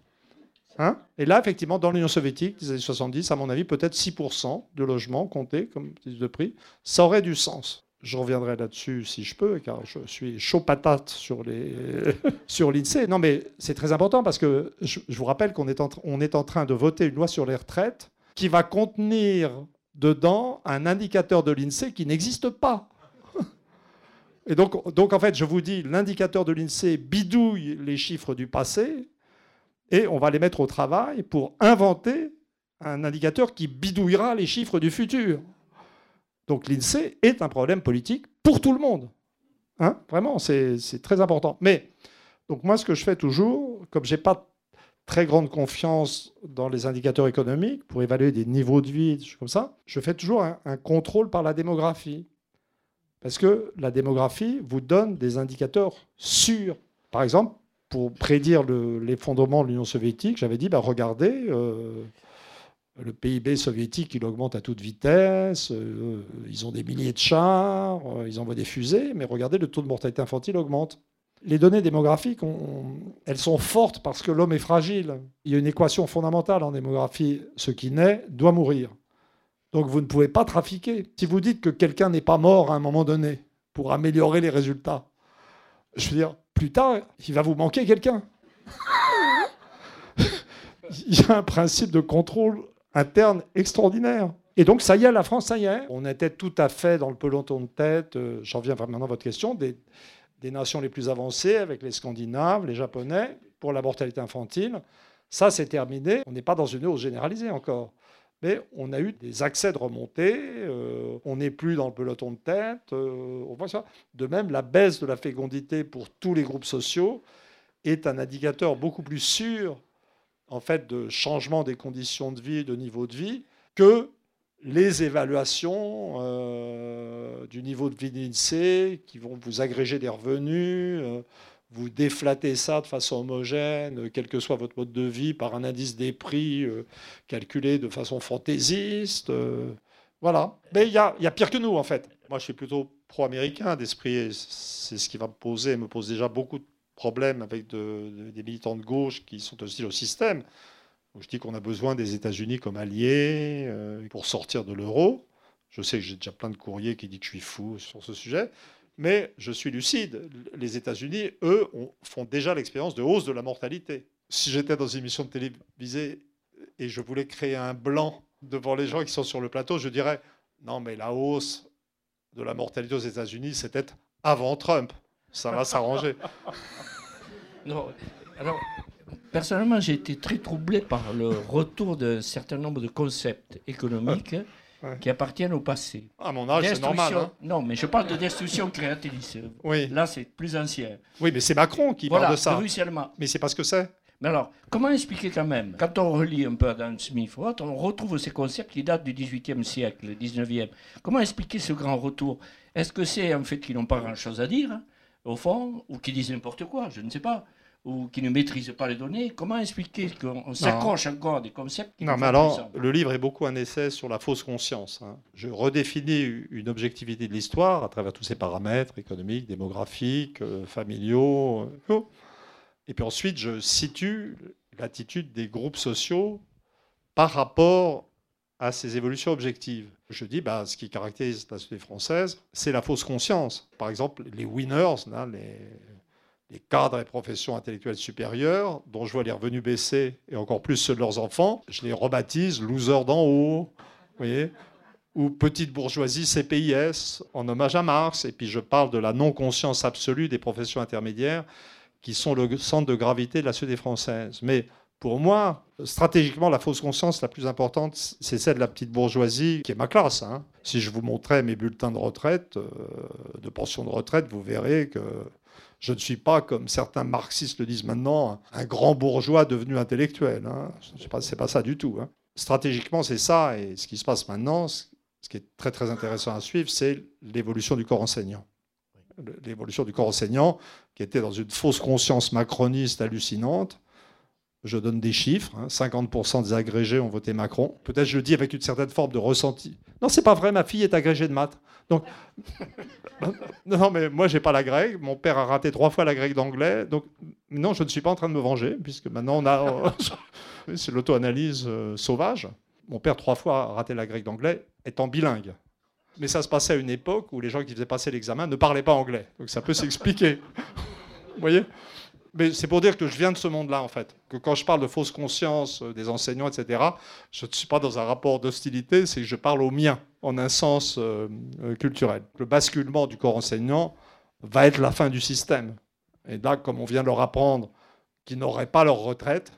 Et là, effectivement, dans l'Union soviétique des années soixante-dix, à mon avis, peut-être six pour cent de logements comptés comme indice de prix, ça aurait du sens. Je reviendrai là-dessus si je peux, car je suis chaud patate sur, les... sur l'INSEE. Non, mais c'est très important parce que je, je vous rappelle qu'on est en, on est en train de voter une loi sur les retraites qui va contenir dedans un indicateur de l'INSEE qui n'existe pas. Et donc, donc, en fait, je vous dis, l'indicateur de l'INSEE bidouille les chiffres du passé et on va les mettre au travail pour inventer un indicateur qui bidouillera les chiffres du futur. Donc l'INSEE est un problème politique pour tout le monde. Hein, vraiment, c'est, c'est très important. Mais, donc moi, ce que je fais toujours, comme je n'ai pas très grande confiance dans les indicateurs économiques pour évaluer des niveaux de vie, des choses comme ça, je fais toujours un, un contrôle par la démographie. Parce que la démographie vous donne des indicateurs sûrs. Par exemple, pour prédire le, l'effondrement de l'Union soviétique, j'avais dit, bah, regardez, euh, le P I B soviétique, il augmente à toute vitesse, euh, ils ont des milliers de chars, euh, ils envoient des fusées, mais regardez, le taux de mortalité infantile augmente. Les données démographiques, on, elles sont fortes parce que l'homme est fragile. Il y a une équation fondamentale en démographie, ce qui naît doit mourir. Donc vous ne pouvez pas trafiquer. Si vous dites que quelqu'un n'est pas mort à un moment donné pour améliorer les résultats, je veux dire, plus tard, il va vous manquer quelqu'un. Il y a un principe de contrôle interne extraordinaire. Et donc, ça y est, la France, ça y est. On était tout à fait dans le peloton de tête, euh, j'en viens maintenant à votre question, des, des nations les plus avancées, avec les Scandinaves, les Japonais, pour la mortalité infantile. Ça, c'est terminé. On n'est pas dans une hausse généralisée encore. Mais on a eu des accès de remontée, euh, on n'est plus dans le peloton de tête, euh, on voit ça. De même, la baisse de la fécondité pour tous les groupes sociaux est un indicateur beaucoup plus sûr en fait, de changement des conditions de vie, de niveau de vie, que les évaluations euh, du niveau de vie de l'INSEE qui vont vous agréger des revenus, euh, vous déflatter ça de façon homogène, quel que soit votre mode de vie, par un indice des prix euh, calculé de façon fantaisiste. Euh, voilà. Mais il y a, y a pire que nous, en fait. Moi, je suis plutôt pro-américain d'esprit, et c'est ce qui va me poser, me pose déjà beaucoup de problèmes avec de, de, des militants de gauche qui sont hostiles au système. Donc, je dis qu'on a besoin des États-Unis comme alliés euh, pour sortir de l'euro. Je sais que j'ai déjà plein de courriers qui disent que je suis fou sur ce sujet. Mais je suis lucide. Les États-Unis, eux, ont, font déjà l'expérience de hausse de la mortalité. Si j'étais dans une émission de télévisée et je voulais créer un blanc devant les gens qui sont sur le plateau, je dirais non, mais la hausse de la mortalité aux États-Unis, c'était avant Trump. Ça va s'arranger. Non, alors, personnellement, j'ai été très troublé par le retour d'un certain nombre de concepts économiques. Ouais. Qui appartiennent au passé. À mon âge, c'est normal. Hein. Non, mais je parle de destruction créatrice. Oui. Là, c'est plus ancien. Oui, mais c'est Macron qui voilà, parle de ça. Ruissellement. Mais c'est pas ce que c'est. Mais alors, comment expliquer quand même, quand on relit un peu Adam Smith, on retrouve ces concepts qui datent du dix-huitième siècle, le dix-neuvième. Comment expliquer ce grand retour? Est-ce que c'est en fait qu'ils n'ont pas grand-chose à dire, hein, au fond, ou qu'ils disent n'importe quoi? Je ne sais pas. Ou qui ne maîtrisent pas les données, comment expliquer qu'on s'accroche encore à des concepts qui Non, mais alors, le livre est beaucoup un essai sur la fausse conscience. Hein. Je redéfinis une objectivité de l'histoire à travers tous ces paramètres économiques, démographiques, euh, familiaux. Euh, et puis ensuite, je situe l'attitude des groupes sociaux par rapport à ces évolutions objectives. Je dis, bah, ce qui caractérise la société française, c'est la fausse conscience. Par exemple, les winners, là, les... les cadres et professions intellectuelles supérieures, dont je vois les revenus baisser, et encore plus ceux de leurs enfants, je les rebaptise losers d'en haut, vous voyez, ou petite bourgeoisie C P I S, en hommage à Marx, et puis je parle de la non-conscience absolue des professions intermédiaires, qui sont le centre de gravité de la société française. Mais pour moi, stratégiquement, la fausse conscience la plus importante, c'est celle de la petite bourgeoisie, qui est ma classe. Hein. Si je vous montrais mes bulletins de retraite, euh, de pension de retraite, vous verrez que je ne suis pas, comme certains marxistes le disent maintenant, un grand bourgeois devenu intellectuel. Hein. Ce n'est pas, c'est pas ça du tout. Hein. Stratégiquement, c'est ça. Et ce qui se passe maintenant, ce qui est très, très intéressant à suivre, c'est l'évolution du corps enseignant. L'évolution du corps enseignant, qui était dans une fausse conscience macroniste hallucinante. Je donne des chiffres. Hein. cinquante pour cent des agrégés ont voté Macron. Peut-être je le dis avec une certaine forme de ressenti. Non, c'est pas vrai, ma fille est agrégée de maths. Donc, non, mais moi, j'ai pas la grecque. Mon père a raté trois fois la grecque d'anglais. Donc, non, je ne suis pas en train de me venger, puisque maintenant, on a... c'est l'auto-analyse euh, sauvage. Mon père, trois fois, a raté la grecque d'anglais, étant bilingue. Mais ça se passait à une époque où les gens qui faisaient passer l'examen ne parlaient pas anglais. Donc, ça peut s'expliquer. Vous voyez ? Mais c'est pour dire que je viens de ce monde-là, en fait. Que quand je parle de fausse conscience des enseignants, et cetera, je ne suis pas dans un rapport d'hostilité, c'est que je parle au mien, en un sens euh, culturel. Le basculement du corps enseignant va être la fin du système. Et là, comme on vient de leur apprendre qu'ils n'auraient pas leur retraite,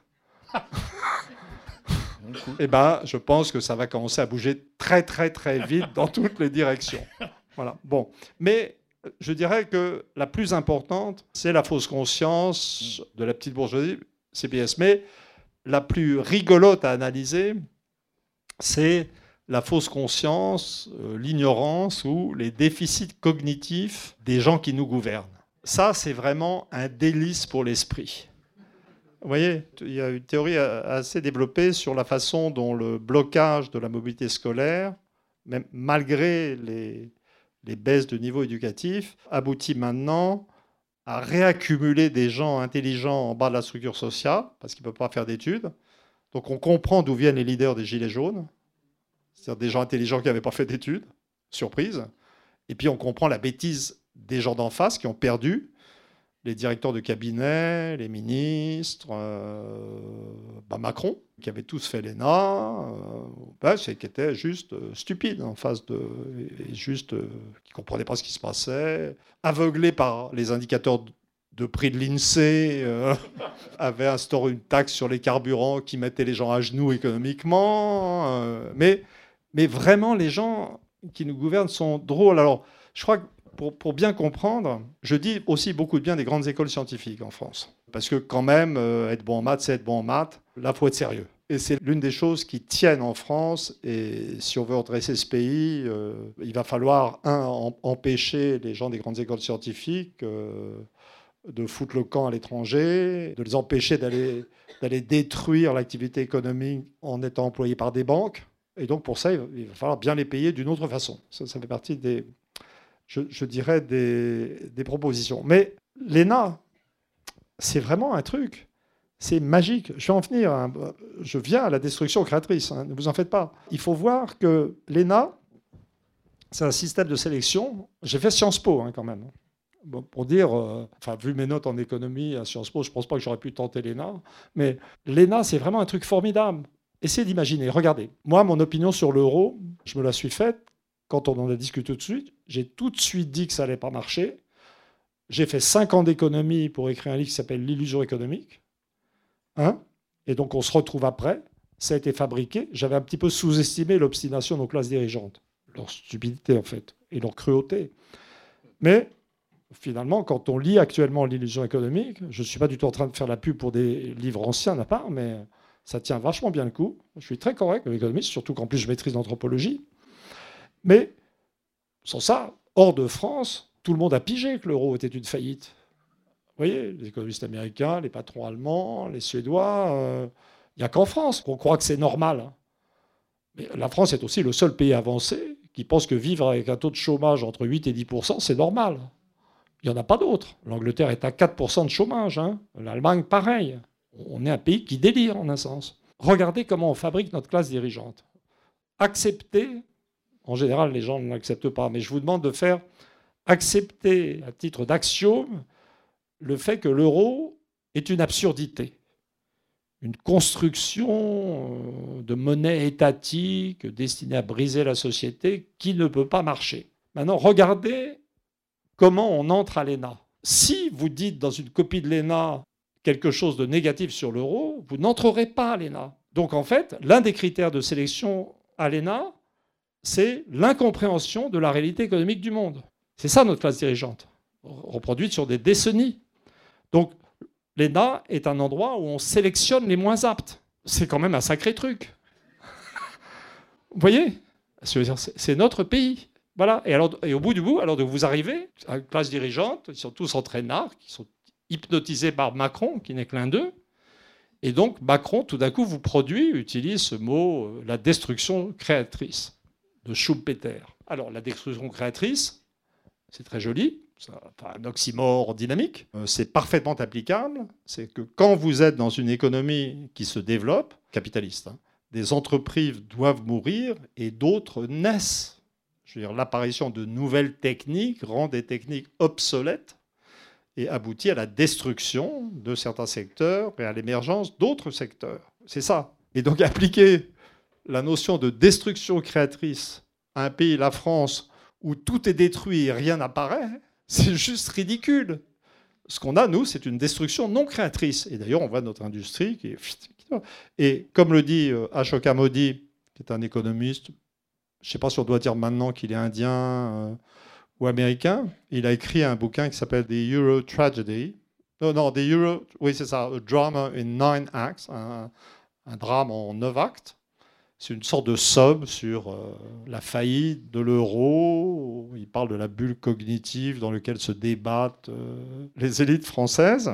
eh ben, je pense que ça va commencer à bouger très, très, très vite dans toutes les directions. Voilà. Bon. Mais je dirais que la plus importante, c'est la fausse conscience de la petite bourgeoisie, C P S. Mais la plus rigolote à analyser, c'est la fausse conscience, euh, l'ignorance ou les déficits cognitifs des gens qui nous gouvernent. Ça, c'est vraiment un délice pour l'esprit. Vous voyez, il y a une théorie assez développée sur la façon dont le blocage de la mobilité scolaire, même malgré les, les baisses de niveau éducatif, aboutit maintenant à réaccumuler des gens intelligents en bas de la structure sociale, parce qu'ils ne peuvent pas faire d'études. Donc on comprend d'où viennent les leaders des Gilets jaunes, c'est-à-dire des gens intelligents qui n'avaient pas fait d'études, surprise. Et puis on comprend la bêtise des gens d'en face qui ont perdu, les directeurs de cabinet, les ministres, euh, bah Macron, qui avait tous fait l'E N A, euh, bah, c'est qui était juste euh, stupide en face de, et juste euh, qui comprenaient pas ce qui se passait, aveuglé par les indicateurs de prix de l'INSEE, euh, avait instauré une taxe sur les carburants qui mettait les gens à genoux économiquement, euh, mais mais vraiment les gens qui nous gouvernent sont drôles. Alors je crois que Pour, pour bien comprendre, je dis aussi beaucoup de bien des grandes écoles scientifiques en France. Parce que quand même, euh, être bon en maths, c'est être bon en maths. Là, il faut être sérieux. Et c'est l'une des choses qui tiennent en France. Et si on veut redresser ce pays, euh, il va falloir, un, en, empêcher les gens des grandes écoles scientifiques euh, de foutre le camp à l'étranger, de les empêcher d'aller, d'aller détruire l'activité économique en étant employés par des banques. Et donc, pour ça, il va falloir bien les payer d'une autre façon. Ça, ça fait partie des... Je, je dirais, des, des propositions. Mais l'E N A, c'est vraiment un truc. C'est magique. Je vais en venir. Hein. Je viens à la destruction créatrice. Hein. Ne vous en faites pas. Il faut voir que l'E N A, c'est un système de sélection. J'ai fait Sciences Po, hein, quand même. Bon, pour dire, euh, enfin, vu mes notes en économie à Sciences Po, je ne pense pas que j'aurais pu tenter l'E N A. Mais l'E N A, c'est vraiment un truc formidable. Essayez d'imaginer. Regardez. Moi, mon opinion sur l'euro, je me la suis faite. Quand on en a discuté tout de suite, j'ai tout de suite dit que ça n'allait pas marcher. J'ai fait cinq ans d'économie pour écrire un livre qui s'appelle L'illusion économique. Hein et donc, on se retrouve après. Ça a été fabriqué. J'avais un petit peu sous-estimé l'obstination de nos classes dirigeantes. Leur stupidité, en fait, et leur cruauté. Mais finalement, quand on lit actuellement L'illusion économique, je ne suis pas du tout en train de faire la pub pour des livres anciens à part, mais ça tient vachement bien le coup. Je suis très correct comme économiste, surtout qu'en plus, je maîtrise l'anthropologie. Mais sans ça, hors de France, tout le monde a pigé que l'euro était une faillite. Vous voyez, les économistes américains, les patrons allemands, les Suédois, il euh, n'y a qu'en France qu'on croit que c'est normal. Mais la France est aussi le seul pays avancé qui pense que vivre avec un taux de chômage entre huit et dix pour cent, c'est normal. Il n'y en a pas d'autres. L'Angleterre est à quatre pour cent de chômage. Hein. L'Allemagne, pareil. On est un pays qui délire, en un sens. Regardez comment on fabrique notre classe dirigeante. Accepter... En général, les gens ne l'acceptent pas. Mais je vous demande de faire accepter, à titre d'axiome, le fait que l'euro est une absurdité. Une construction de monnaie étatique destinée à briser la société qui ne peut pas marcher. Maintenant, regardez comment on entre à l'E N A. Si vous dites dans une copie de l'E N A quelque chose de négatif sur l'euro, vous n'entrerez pas à l'E N A. Donc, en fait, l'un des critères de sélection à l'E N A, c'est l'incompréhension de la réalité économique du monde. C'est ça notre classe dirigeante, reproduite sur des décennies. Donc l'E N A est un endroit où on sélectionne les moins aptes. C'est quand même un sacré truc. Vous voyez ? C'est notre pays. Voilà. Et, alors, et au bout du bout, alors vous arrivez à une classe dirigeante, ils sont tous entraînards, qui sont hypnotisés par Macron, qui n'est que l'un d'eux. Et donc Macron, tout d'un coup, vous produit, utilise ce mot, la destruction créatrice. De Schumpeter. Alors, la destruction créatrice, c'est très joli, c'est un oxymore dynamique, c'est parfaitement applicable. C'est que quand vous êtes dans une économie qui se développe, capitaliste, hein, des entreprises doivent mourir et d'autres naissent. Je veux dire, l'apparition de nouvelles techniques rend des techniques obsolètes et aboutit à la destruction de certains secteurs et à l'émergence d'autres secteurs. C'est ça. Et donc, appliquer la notion de destruction créatrice à un pays, la France, où tout est détruit et rien n'apparaît, c'est juste ridicule. Ce qu'on a, nous, c'est une destruction non créatrice. Et d'ailleurs, on voit notre industrie qui est... Et comme le dit Ashoka Modi, qui est un économiste je ne sais pas si on doit dire maintenant qu'il est indien euh, ou américain. Il a écrit un bouquin qui s'appelle The Euro Tragedy. Non, non, The Euro, oui, c'est ça, A Drama in Nine Acts, un, un drame en neuf actes. C'est une sorte de somme sur euh, la faillite de l'euro. Il parle de la bulle cognitive dans laquelle se débattent euh, les élites françaises.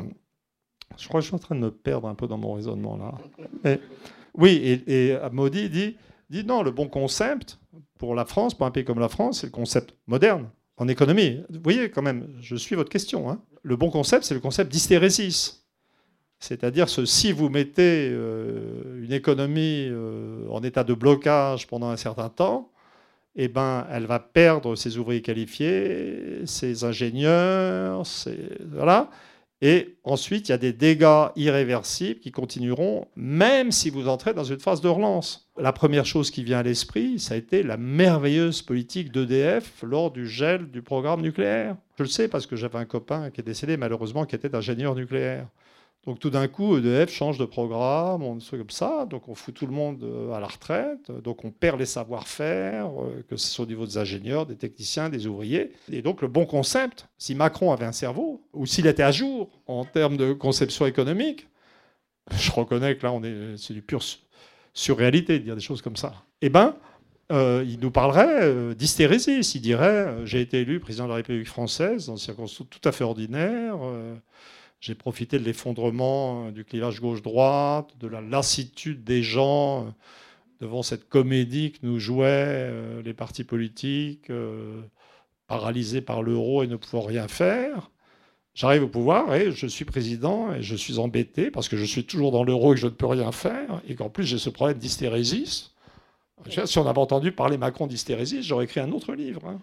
Je crois que je suis en train de me perdre un peu dans mon raisonnement là. Mais, oui, et, et Modi dit, dit non, le bon concept pour la France, pour un pays comme la France, c'est le concept moderne en économie. Vous voyez quand même, je suis votre question. Hein. Le bon concept, c'est le concept d'hystérésis. C'est-à-dire que si vous mettez euh, une économie euh, en état de blocage pendant un certain temps, eh ben, elle va perdre ses ouvriers qualifiés, ses ingénieurs, ses... voilà. Et ensuite, il y a des dégâts irréversibles qui continueront, même si vous entrez dans une phase de relance. La première chose qui vient à l'esprit, ça a été la merveilleuse politique d'E D F lors du gel du programme nucléaire. Je le sais parce que j'avais un copain qui est décédé, malheureusement, qui était ingénieur nucléaire. Donc tout d'un coup, E D F change de programme, on truc comme ça, donc on fout tout le monde à la retraite, donc on perd les savoir-faire, que ce soit au niveau des ingénieurs, des techniciens, des ouvriers. Et donc le bon concept, si Macron avait un cerveau, ou s'il était à jour en termes de conception économique, je reconnais que là, on est, c'est du pur surréalité de dire des choses comme ça. Eh bien, euh, il nous parlerait euh, d'hystérésis. Il dirait euh, « J'ai été élu président de la République française dans des circonstances tout à fait ordinaires. Euh, j'ai profité de l'effondrement du clivage gauche-droite, de la lassitude des gens euh, devant cette comédie que nous jouaient euh, les partis politiques, euh, paralysés par l'euro et ne pouvant rien faire. J'arrive au pouvoir et je suis président et je suis embêté parce que je suis toujours dans l'euro et que je ne peux rien faire et qu'en plus j'ai ce problème d'hystérésis. Si on avait entendu parler Macron d'hystérésis, j'aurais écrit un autre livre. Hein.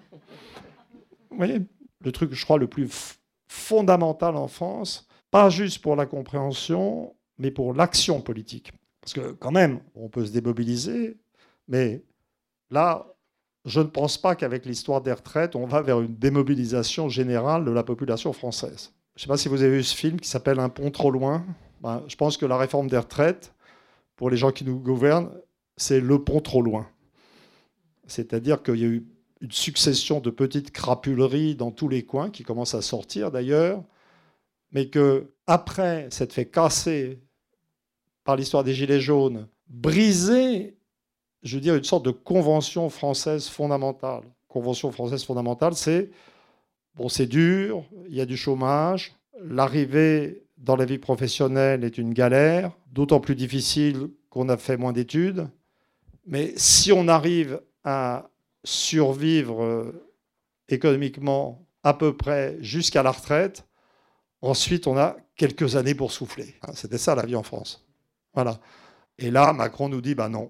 Vous voyez, le truc, je crois, le plus f- fondamental en France, pas juste pour la compréhension, mais pour l'action politique. Parce que quand même, on peut se démobiliser, mais là, je ne pense pas qu'avec l'histoire des retraites, on va vers une démobilisation générale de la population française. Je ne sais pas si vous avez vu ce film qui s'appelle « Un pont trop loin ». Ben, je pense que la réforme des retraites, pour les gens qui nous gouvernent, c'est le pont trop loin. C'est-à-dire qu'il y a eu une succession de petites crapuleries dans tous les coins, qui commencent à sortir d'ailleurs, mais qu'après s'être fait casser par l'histoire des Gilets jaunes, briser, je veux dire, une sorte de convention française fondamentale. Convention française fondamentale, c'est, bon, c'est dur, il y a du chômage, l'arrivée dans la vie professionnelle est une galère, d'autant plus difficile qu'on a fait moins d'études. Mais si on arrive à survivre économiquement à peu près jusqu'à la retraite, ensuite on a quelques années pour souffler. C'était ça la vie en France. Voilà. Et là, Macron nous dit, bah non.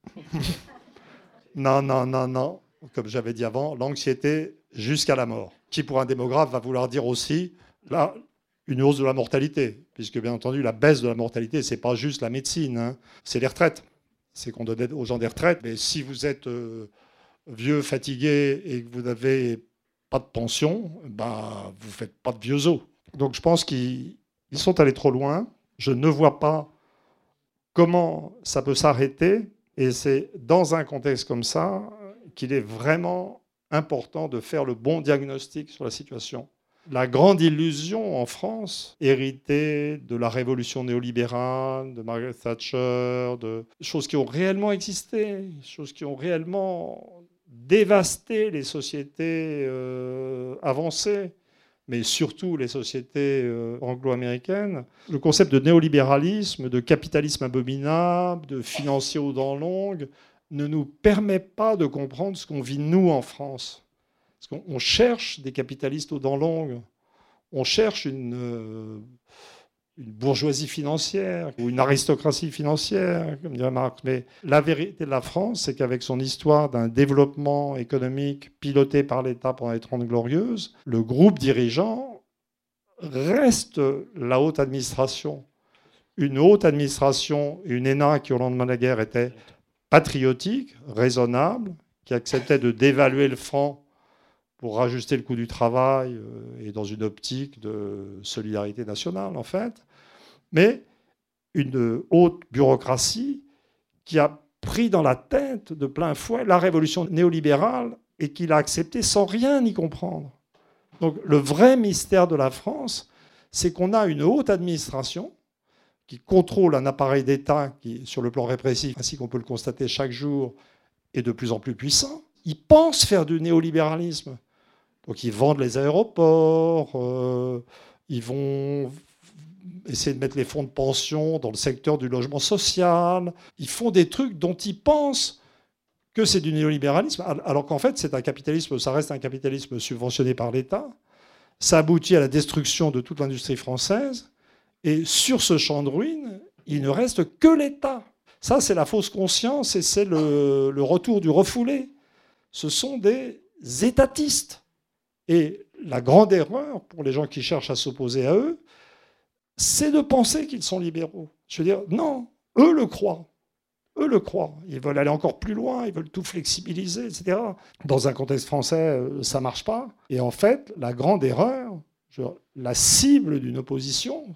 non, non, non, non. Comme j'avais dit avant, l'anxiété jusqu'à la mort. Qui pour un démographe va vouloir dire aussi, là, une hausse de la mortalité. Puisque bien entendu, la baisse de la mortalité, ce n'est pas juste la médecine, hein, c'est les retraites. C'est qu'on donne aux gens des retraites. Mais si vous êtes euh, vieux, fatigué et que vous n'avez pas de pension, bah, vous ne faites pas de vieux os. Donc je pense qu'ils sont allés trop loin. Je ne vois pas comment ça peut s'arrêter. Et c'est dans un contexte comme ça qu'il est vraiment important de faire le bon diagnostic sur la situation. La grande illusion en France, héritée de la révolution néolibérale, de Margaret Thatcher, de choses qui ont réellement existé, choses qui ont réellement dévasté les sociétés euh, avancées, mais surtout les sociétés euh, anglo-américaines. Le concept de néolibéralisme, de capitalisme abominable, de financier aux dents longues, ne nous permet pas de comprendre ce qu'on vit nous en France. Parce qu'on cherche des capitalistes aux dents longues, on cherche une, euh, une bourgeoisie financière ou une aristocratie financière, comme dirait Marx. Mais la vérité de la France, c'est qu'avec son histoire d'un développement économique piloté par l'État pendant les Trente Glorieuses, le groupe dirigeant reste la haute administration. Une haute administration, une E N A qui, au lendemain de la guerre, était patriotique, raisonnable, qui acceptait de dévaluer le franc pour rajuster le coût du travail et dans une optique de solidarité nationale, en fait. Mais une haute bureaucratie qui a pris dans la tête de plein fouet la révolution néolibérale et qu'il a accepté sans rien y comprendre. Donc le vrai mystère de la France, c'est qu'on a une haute administration qui contrôle un appareil d'État qui, sur le plan répressif, ainsi qu'on peut le constater chaque jour, est de plus en plus puissant. Ils pensent faire du néolibéralisme. Donc ils vendent les aéroports, euh, ils vont essayer de mettre les fonds de pension dans le secteur du logement social. Ils font des trucs dont ils pensent que c'est du néolibéralisme, alors qu'en fait, c'est un capitalisme, ça reste un capitalisme subventionné par l'État. Ça aboutit à la destruction de toute l'industrie française. Et sur ce champ de ruines, il ne reste que l'État. Ça, c'est la fausse conscience et c'est le, le retour du refoulé. Ce sont des étatistes. Et la grande erreur pour les gens qui cherchent à s'opposer à eux, c'est de penser qu'ils sont libéraux. Je veux dire, non, eux le croient. Eux le croient. Ils veulent aller encore plus loin, ils veulent tout flexibiliser, et cetera. Dans un contexte français, ça ne marche pas. Et en fait, la grande erreur, la cible d'une opposition,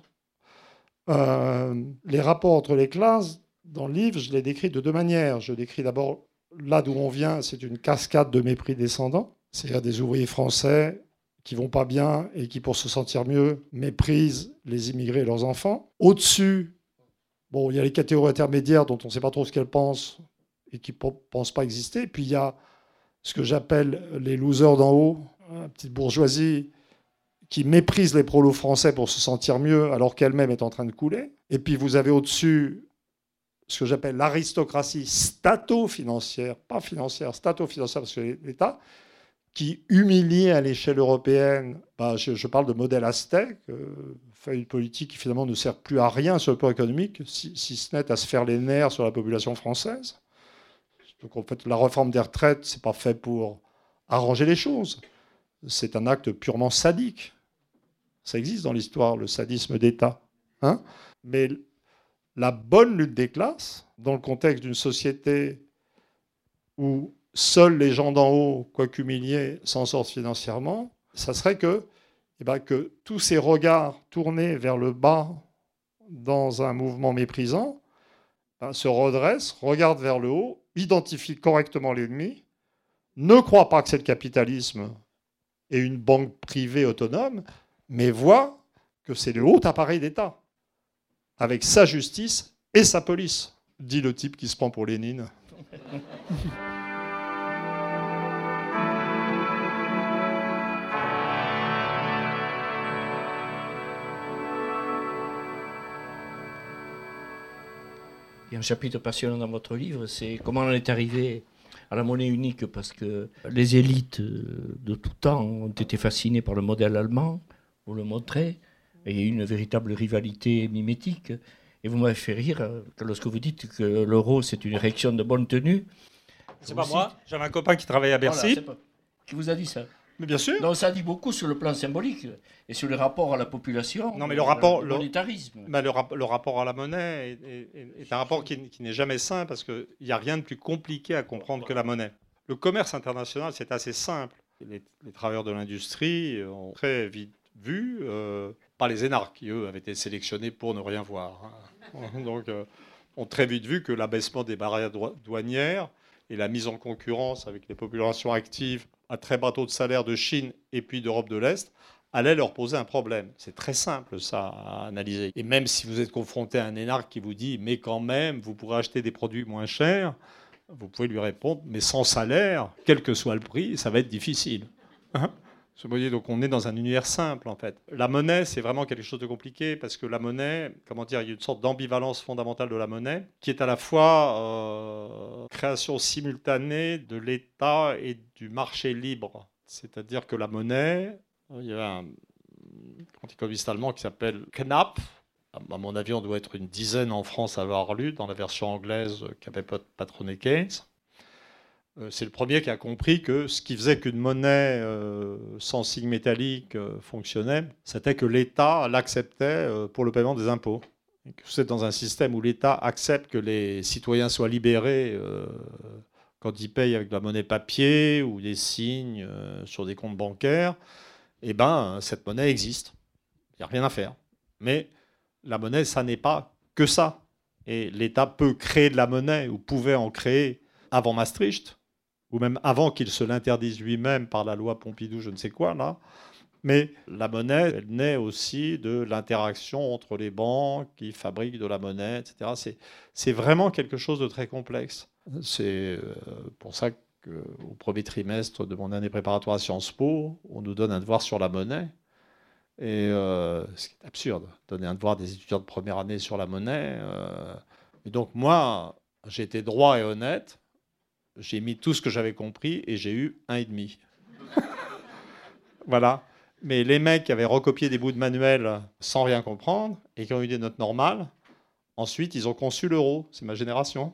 euh, les rapports entre les classes, dans le livre, je les décris de deux manières. Je décris d'abord, là d'où on vient, c'est une cascade de mépris descendant. C'est-à-dire des ouvriers français qui vont pas bien et qui, pour se sentir mieux, méprisent les immigrés et leurs enfants. Au-dessus, bon, il y a les catégories intermédiaires dont on ne sait pas trop ce qu'elles pensent et qui ne pensent pas exister. Puis il y a ce que j'appelle les losers d'en haut, la petite bourgeoisie qui méprise les prolos français pour se sentir mieux alors qu'elle-même est en train de couler. Et puis vous avez au-dessus ce que j'appelle l'aristocratie stato-financière, pas financière, stato-financière, parce que l'État, qui humilie à l'échelle européenne, bah, je, je parle de modèle aztèque, euh, fait une politique qui finalement ne sert plus à rien sur le plan économique, si, si ce n'est à se faire les nerfs sur la population française. Donc en fait, la réforme des retraites, c'est pas fait pour arranger les choses. C'est un acte purement sadique. Ça existe dans l'histoire, le sadisme d'État. Hein ? Mais la bonne lutte des classes, dans le contexte d'une société où seuls les gens d'en haut, quoique humiliés, s'en sortent financièrement, ça serait que, eh ben, que tous ces regards tournés vers le bas dans un mouvement méprisant ben, se redressent, regardent vers le haut, identifient correctement l'ennemi, ne croient pas que c'est le capitalisme et une banque privée autonome, mais voient que c'est le haut appareil d'État, avec sa justice et sa police, dit le type qui se prend pour Lénine. Il y a un chapitre passionnant dans votre livre, c'est comment on est arrivé à la monnaie unique, parce que les élites de tout temps ont été fascinées par le modèle allemand, vous le montrez, et il y a eu une véritable rivalité mimétique. Et vous m'avez fait rire lorsque vous dites que l'euro, c'est une réaction de bonne tenue. C'est pas moi, j'avais un copain qui travaillait à Bercy. Voilà, pas... Qui vous a dit ça? Mais bien sûr. Donc ça dit beaucoup sur le plan symbolique et sur le rapport à la population. Non, mais le rapport, le monétarisme. Le, bah, le, le rapport à la monnaie est, est, est un rapport qui, qui n'est jamais sain parce qu'il n'y a rien de plus compliqué à comprendre que la monnaie. Le commerce international, c'est assez simple. Les, les travailleurs de l'industrie ont très vite vu, euh, pas les énarques qui, eux, avaient été sélectionnés pour ne rien voir. Hein. Donc, euh, ont très vite vu que l'abaissement des barrières douanières et la mise en concurrence avec les populations actives à très bas taux de salaire de Chine et puis d'Europe de l'Est, allait leur poser un problème. C'est très simple, ça, à analyser. Et même si vous êtes confronté à un énarque qui vous dit « mais quand même, vous pourrez acheter des produits moins chers », vous pouvez lui répondre « mais sans salaire, quel que soit le prix, ça va être difficile. Hein » Vous voyez, donc on est dans un univers simple, en fait. La monnaie, c'est vraiment quelque chose de compliqué, parce que la monnaie, comment dire, il y a une sorte d'ambivalence fondamentale de la monnaie, qui est à la fois euh, création simultanée de l'État et du marché libre. C'est-à-dire que la monnaie, il y a un anticommiste allemand qui s'appelle Knapp. À mon avis, on doit être une dizaine en France à avoir lu, dans la version anglaise qu'avait patronné Keynes. C'est le premier qui a compris que ce qui faisait qu'une monnaie euh, sans signe métallique euh, fonctionnait, c'était que l'État l'acceptait euh, pour le paiement des impôts. Vous êtes dans un système où l'État accepte que les citoyens soient libérés euh, quand ils payent avec de la monnaie papier ou des signes euh, sur des comptes bancaires. Eh bien, cette monnaie existe. Il n'y a rien à faire. Mais la monnaie, ça n'est pas que ça. Et l'État peut créer de la monnaie, ou pouvait en créer avant Maastricht, ou même avant qu'il se l'interdise lui-même par la loi Pompidou, je ne sais quoi, là. Mais la monnaie, elle naît aussi de l'interaction entre les banques qui fabriquent de la monnaie, et cetera. C'est, c'est vraiment quelque chose de très complexe. C'est pour ça qu'au premier trimestre de mon année préparatoire à Sciences Po, on nous donne un devoir sur la monnaie. Et euh, ce qui est absurde, donner un devoir des étudiants de première année sur la monnaie. Euh, et donc moi, j'ai été droit et honnête. J'ai mis tout ce que j'avais compris et j'ai eu un et demi. Voilà. Mais les mecs qui avaient recopié des bouts de manuel sans rien comprendre et qui ont eu des notes normales, ensuite, ils ont conçu l'euro. C'est ma génération.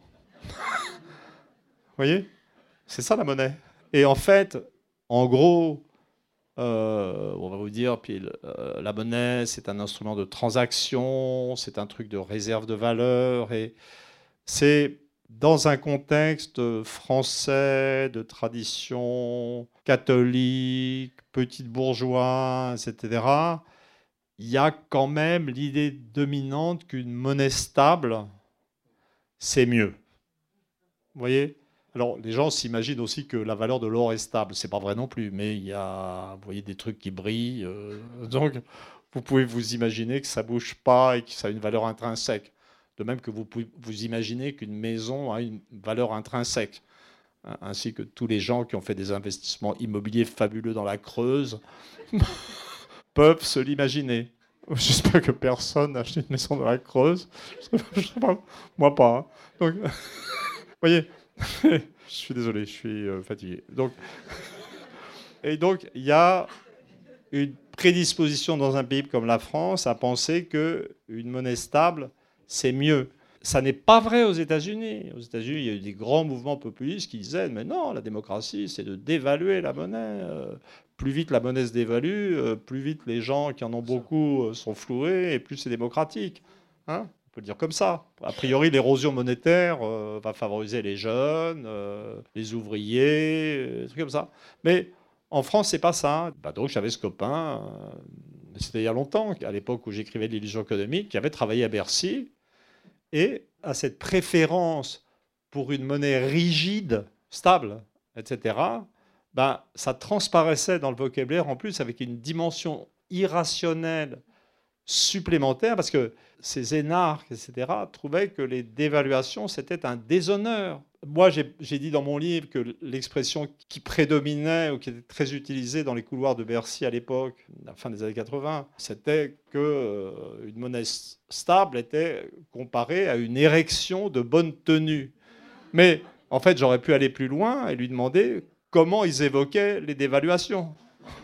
Vous voyez ? C'est ça la monnaie. Et en fait, en gros, euh, on va vous dire, puis, euh, la monnaie, c'est un instrument de transaction, c'est un truc de réserve de valeur. Et c'est dans un contexte français, de tradition catholique, petite bourgeois, et cetera, il y a quand même l'idée dominante qu'une monnaie stable, c'est mieux. Vous voyez ? Alors, les gens s'imaginent aussi que la valeur de l'or est stable. C'est pas vrai non plus, mais il y a, vous voyez, des trucs qui brillent. Euh, donc, vous pouvez vous imaginer que ça bouge pas et que ça a une valeur intrinsèque. De même que vous pouvez vous imaginer qu'une maison a une valeur intrinsèque, ainsi que tous les gens qui ont fait des investissements immobiliers fabuleux dans la Creuse peuvent se l'imaginer. J'espère que personne n'a acheté une maison dans la Creuse. Moi pas. Hein. Donc, vous voyez, je suis désolé, je suis fatigué. Donc, et donc, il y a une prédisposition dans un pays comme la France à penser qu'une monnaie stable, c'est mieux. Ça n'est pas vrai aux États-Unis. Aux États-Unis, il y a eu des grands mouvements populistes qui disaient « Mais non, la démocratie, c'est de dévaluer la monnaie. Plus vite la monnaie se dévalue, plus vite les gens qui en ont beaucoup sont floués et plus c'est démocratique. Hein » On peut le dire comme ça. A priori, l'érosion monétaire euh, va favoriser les jeunes, euh, les ouvriers, des trucs comme ça. Mais en France, c'est pas ça. Bah, donc j'avais ce copain, euh, c'était il y a longtemps, à l'époque où j'écrivais de l'illusion économique, qui avait travaillé à Bercy, et à cette préférence pour une monnaie rigide, stable, et cetera, ben, ça transparaissait dans le vocabulaire, en plus, avec une dimension irrationnelle supplémentaire, parce que ces énarques, et cetera, trouvaient que les dévaluations, c'était un déshonneur. Moi, j'ai, j'ai dit dans mon livre que l'expression qui prédominait ou qui était très utilisée dans les couloirs de Bercy à l'époque, à la fin des années quatre-vingts, c'était qu'une euh, monnaie stable était comparée à une érection de bonne tenue. Mais en fait, j'aurais pu aller plus loin et lui demander comment ils évoquaient les dévaluations.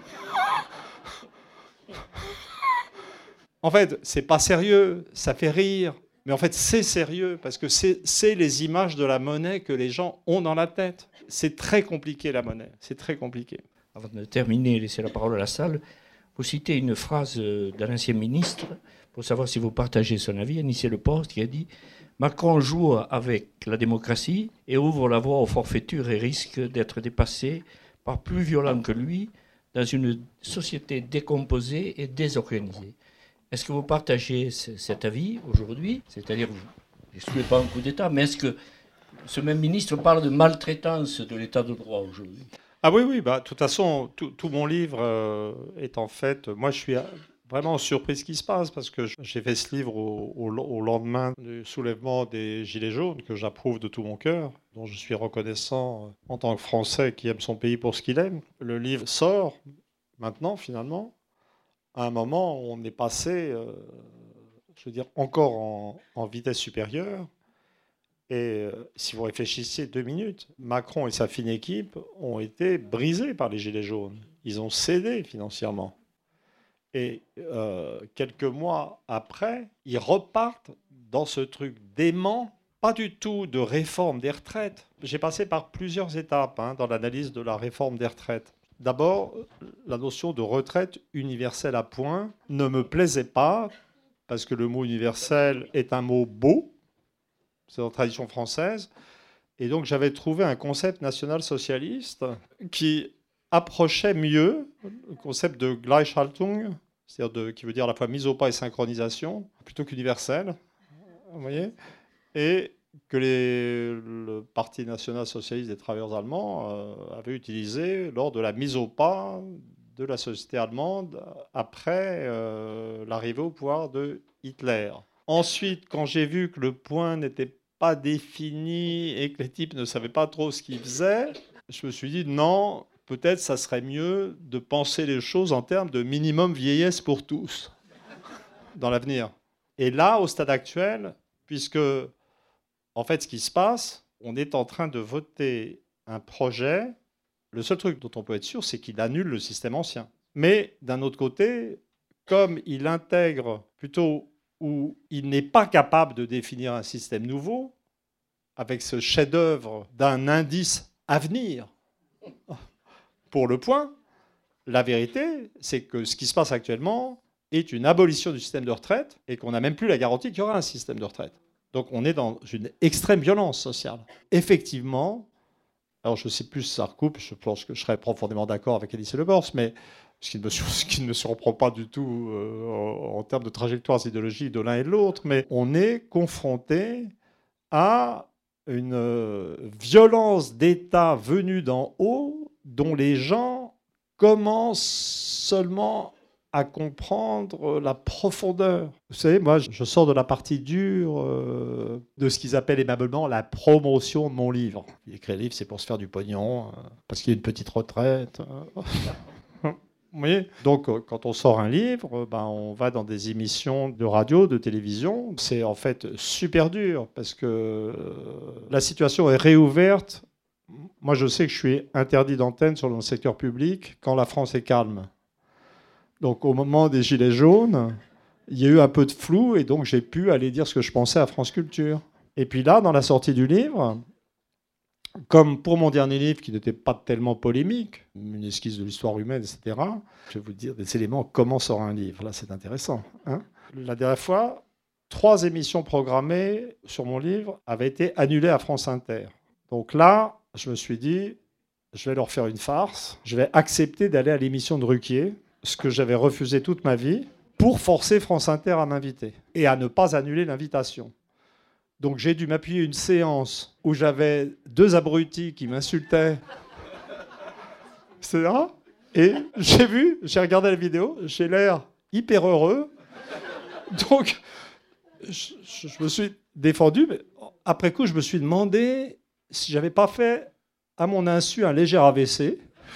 En fait, c'est pas sérieux, ça fait rire. Mais en fait, c'est sérieux, parce que c'est, c'est les images de la monnaie que les gens ont dans la tête. C'est très compliqué, la monnaie. C'est très compliqué. Avant de terminer et laisser la parole à la salle, vous citez une phrase d'un ancien ministre, pour savoir si vous partagez son avis, Anicet Le Post, qui a dit « Macron joue avec la démocratie et ouvre la voie aux forfaitures et risque d'être dépassé par plus violents que lui dans une société décomposée et désorganisée. » Est-ce que vous partagez cet avis aujourd'hui ? C'est-à-dire, vous n'excluez pas un coup d'État, mais est-ce que ce même ministre parle de maltraitance de l'État de droit aujourd'hui ? Ah oui, oui. Bah, de toute façon, tout, tout mon livre euh, est en fait... Moi, je suis vraiment surpris de ce qui se passe, parce que j'ai fait ce livre au, au, au lendemain du soulèvement des Gilets jaunes, que j'approuve de tout mon cœur, dont je suis reconnaissant en tant que Français qui aime son pays pour ce qu'il aime. Le livre sort maintenant, finalement, à un moment où on est passé, euh, je veux dire, encore en, en vitesse supérieure. Et euh, si vous réfléchissez deux minutes, Macron et sa fine équipe ont été brisés par les Gilets jaunes. Ils ont cédé financièrement. Et euh, quelques mois après, ils repartent dans ce truc dément, pas du tout de réforme des retraites. J'ai passé par plusieurs étapes hein, dans l'analyse de la réforme des retraites. D'abord, la notion de retraite universelle à point ne me plaisait pas, parce que le mot universel est un mot beau, c'est dans la tradition française, et donc j'avais trouvé un concept national-socialiste qui approchait mieux le concept de Gleichhaltung, c'est-à-dire de, qui veut dire à la fois mise au pas et synchronisation, plutôt qu'universel, vous voyez. et que les, le Parti national-socialiste des travailleurs allemands euh, avait utilisé lors de la mise au pas de la société allemande après euh, l'arrivée au pouvoir de Hitler. Ensuite, quand j'ai vu que le point n'était pas défini et que les types ne savaient pas trop ce qu'ils faisaient, je me suis dit non, peut-être ça serait mieux de penser les choses en termes de minimum vieillesse pour tous dans l'avenir. Et là, au stade actuel, puisque en fait, ce qui se passe, on est en train de voter un projet. Le seul truc dont on peut être sûr, c'est qu'il annule le système ancien. Mais d'un autre côté, comme il intègre plutôt où il n'est pas capable de définir un système nouveau, avec ce chef-d'œuvre d'un indice à venir pour le point, la vérité, c'est que ce qui se passe actuellement est une abolition du système de retraite et qu'on n'a même plus la garantie qu'il y aura un système de retraite. Donc on est dans une extrême violence sociale. Effectivement, alors je ne sais plus si ça recoupe, je pense que je serais profondément d'accord avec Elie Lebors, mais ce qui ne me, ce qui ne me surprend pas du tout euh, en, en termes de trajectoires idéologiques de l'un et de l'autre, mais on est confronté à une euh, violence d'État venue d'en haut dont les gens commencent seulement à comprendre la profondeur. Vous savez, moi, je sors de la partie dure euh, de ce qu'ils appellent aimablement la promotion de mon livre. Il écrit un livre, c'est pour se faire du pognon, euh, parce qu'il y a une petite retraite. Vous voyez ? Donc, euh, quand on sort un livre, ben, on va dans des émissions de radio, de télévision. C'est en fait super dur, parce que euh, la situation est réouverte. Moi, je sais que je suis interdit d'antenne sur le secteur public quand la France est calme. Donc, au moment des Gilets jaunes, il y a eu un peu de flou et donc j'ai pu aller dire ce que je pensais à France Culture. Et puis là, dans la sortie du livre, comme pour mon dernier livre qui n'était pas tellement polémique, une esquisse de l'histoire humaine, et cetera, je vais vous dire des éléments, comment sort un livre. Là, c'est intéressant. Hein ? La dernière fois, trois émissions programmées sur mon livre avaient été annulées à France Inter. Donc là, je me suis dit, je vais leur faire une farce, je vais accepter d'aller à l'émission de Ruquier, ce que j'avais refusé toute ma vie, pour forcer France Inter à m'inviter et à ne pas annuler l'invitation. Donc j'ai dû m'appuyer une séance où j'avais deux abrutis qui m'insultaient, et cetera. Et j'ai vu, j'ai regardé la vidéo, j'ai l'air hyper heureux. Donc je, je me suis défendu, mais après coup, je me suis demandé si j'avais pas fait à mon insu un léger A V C.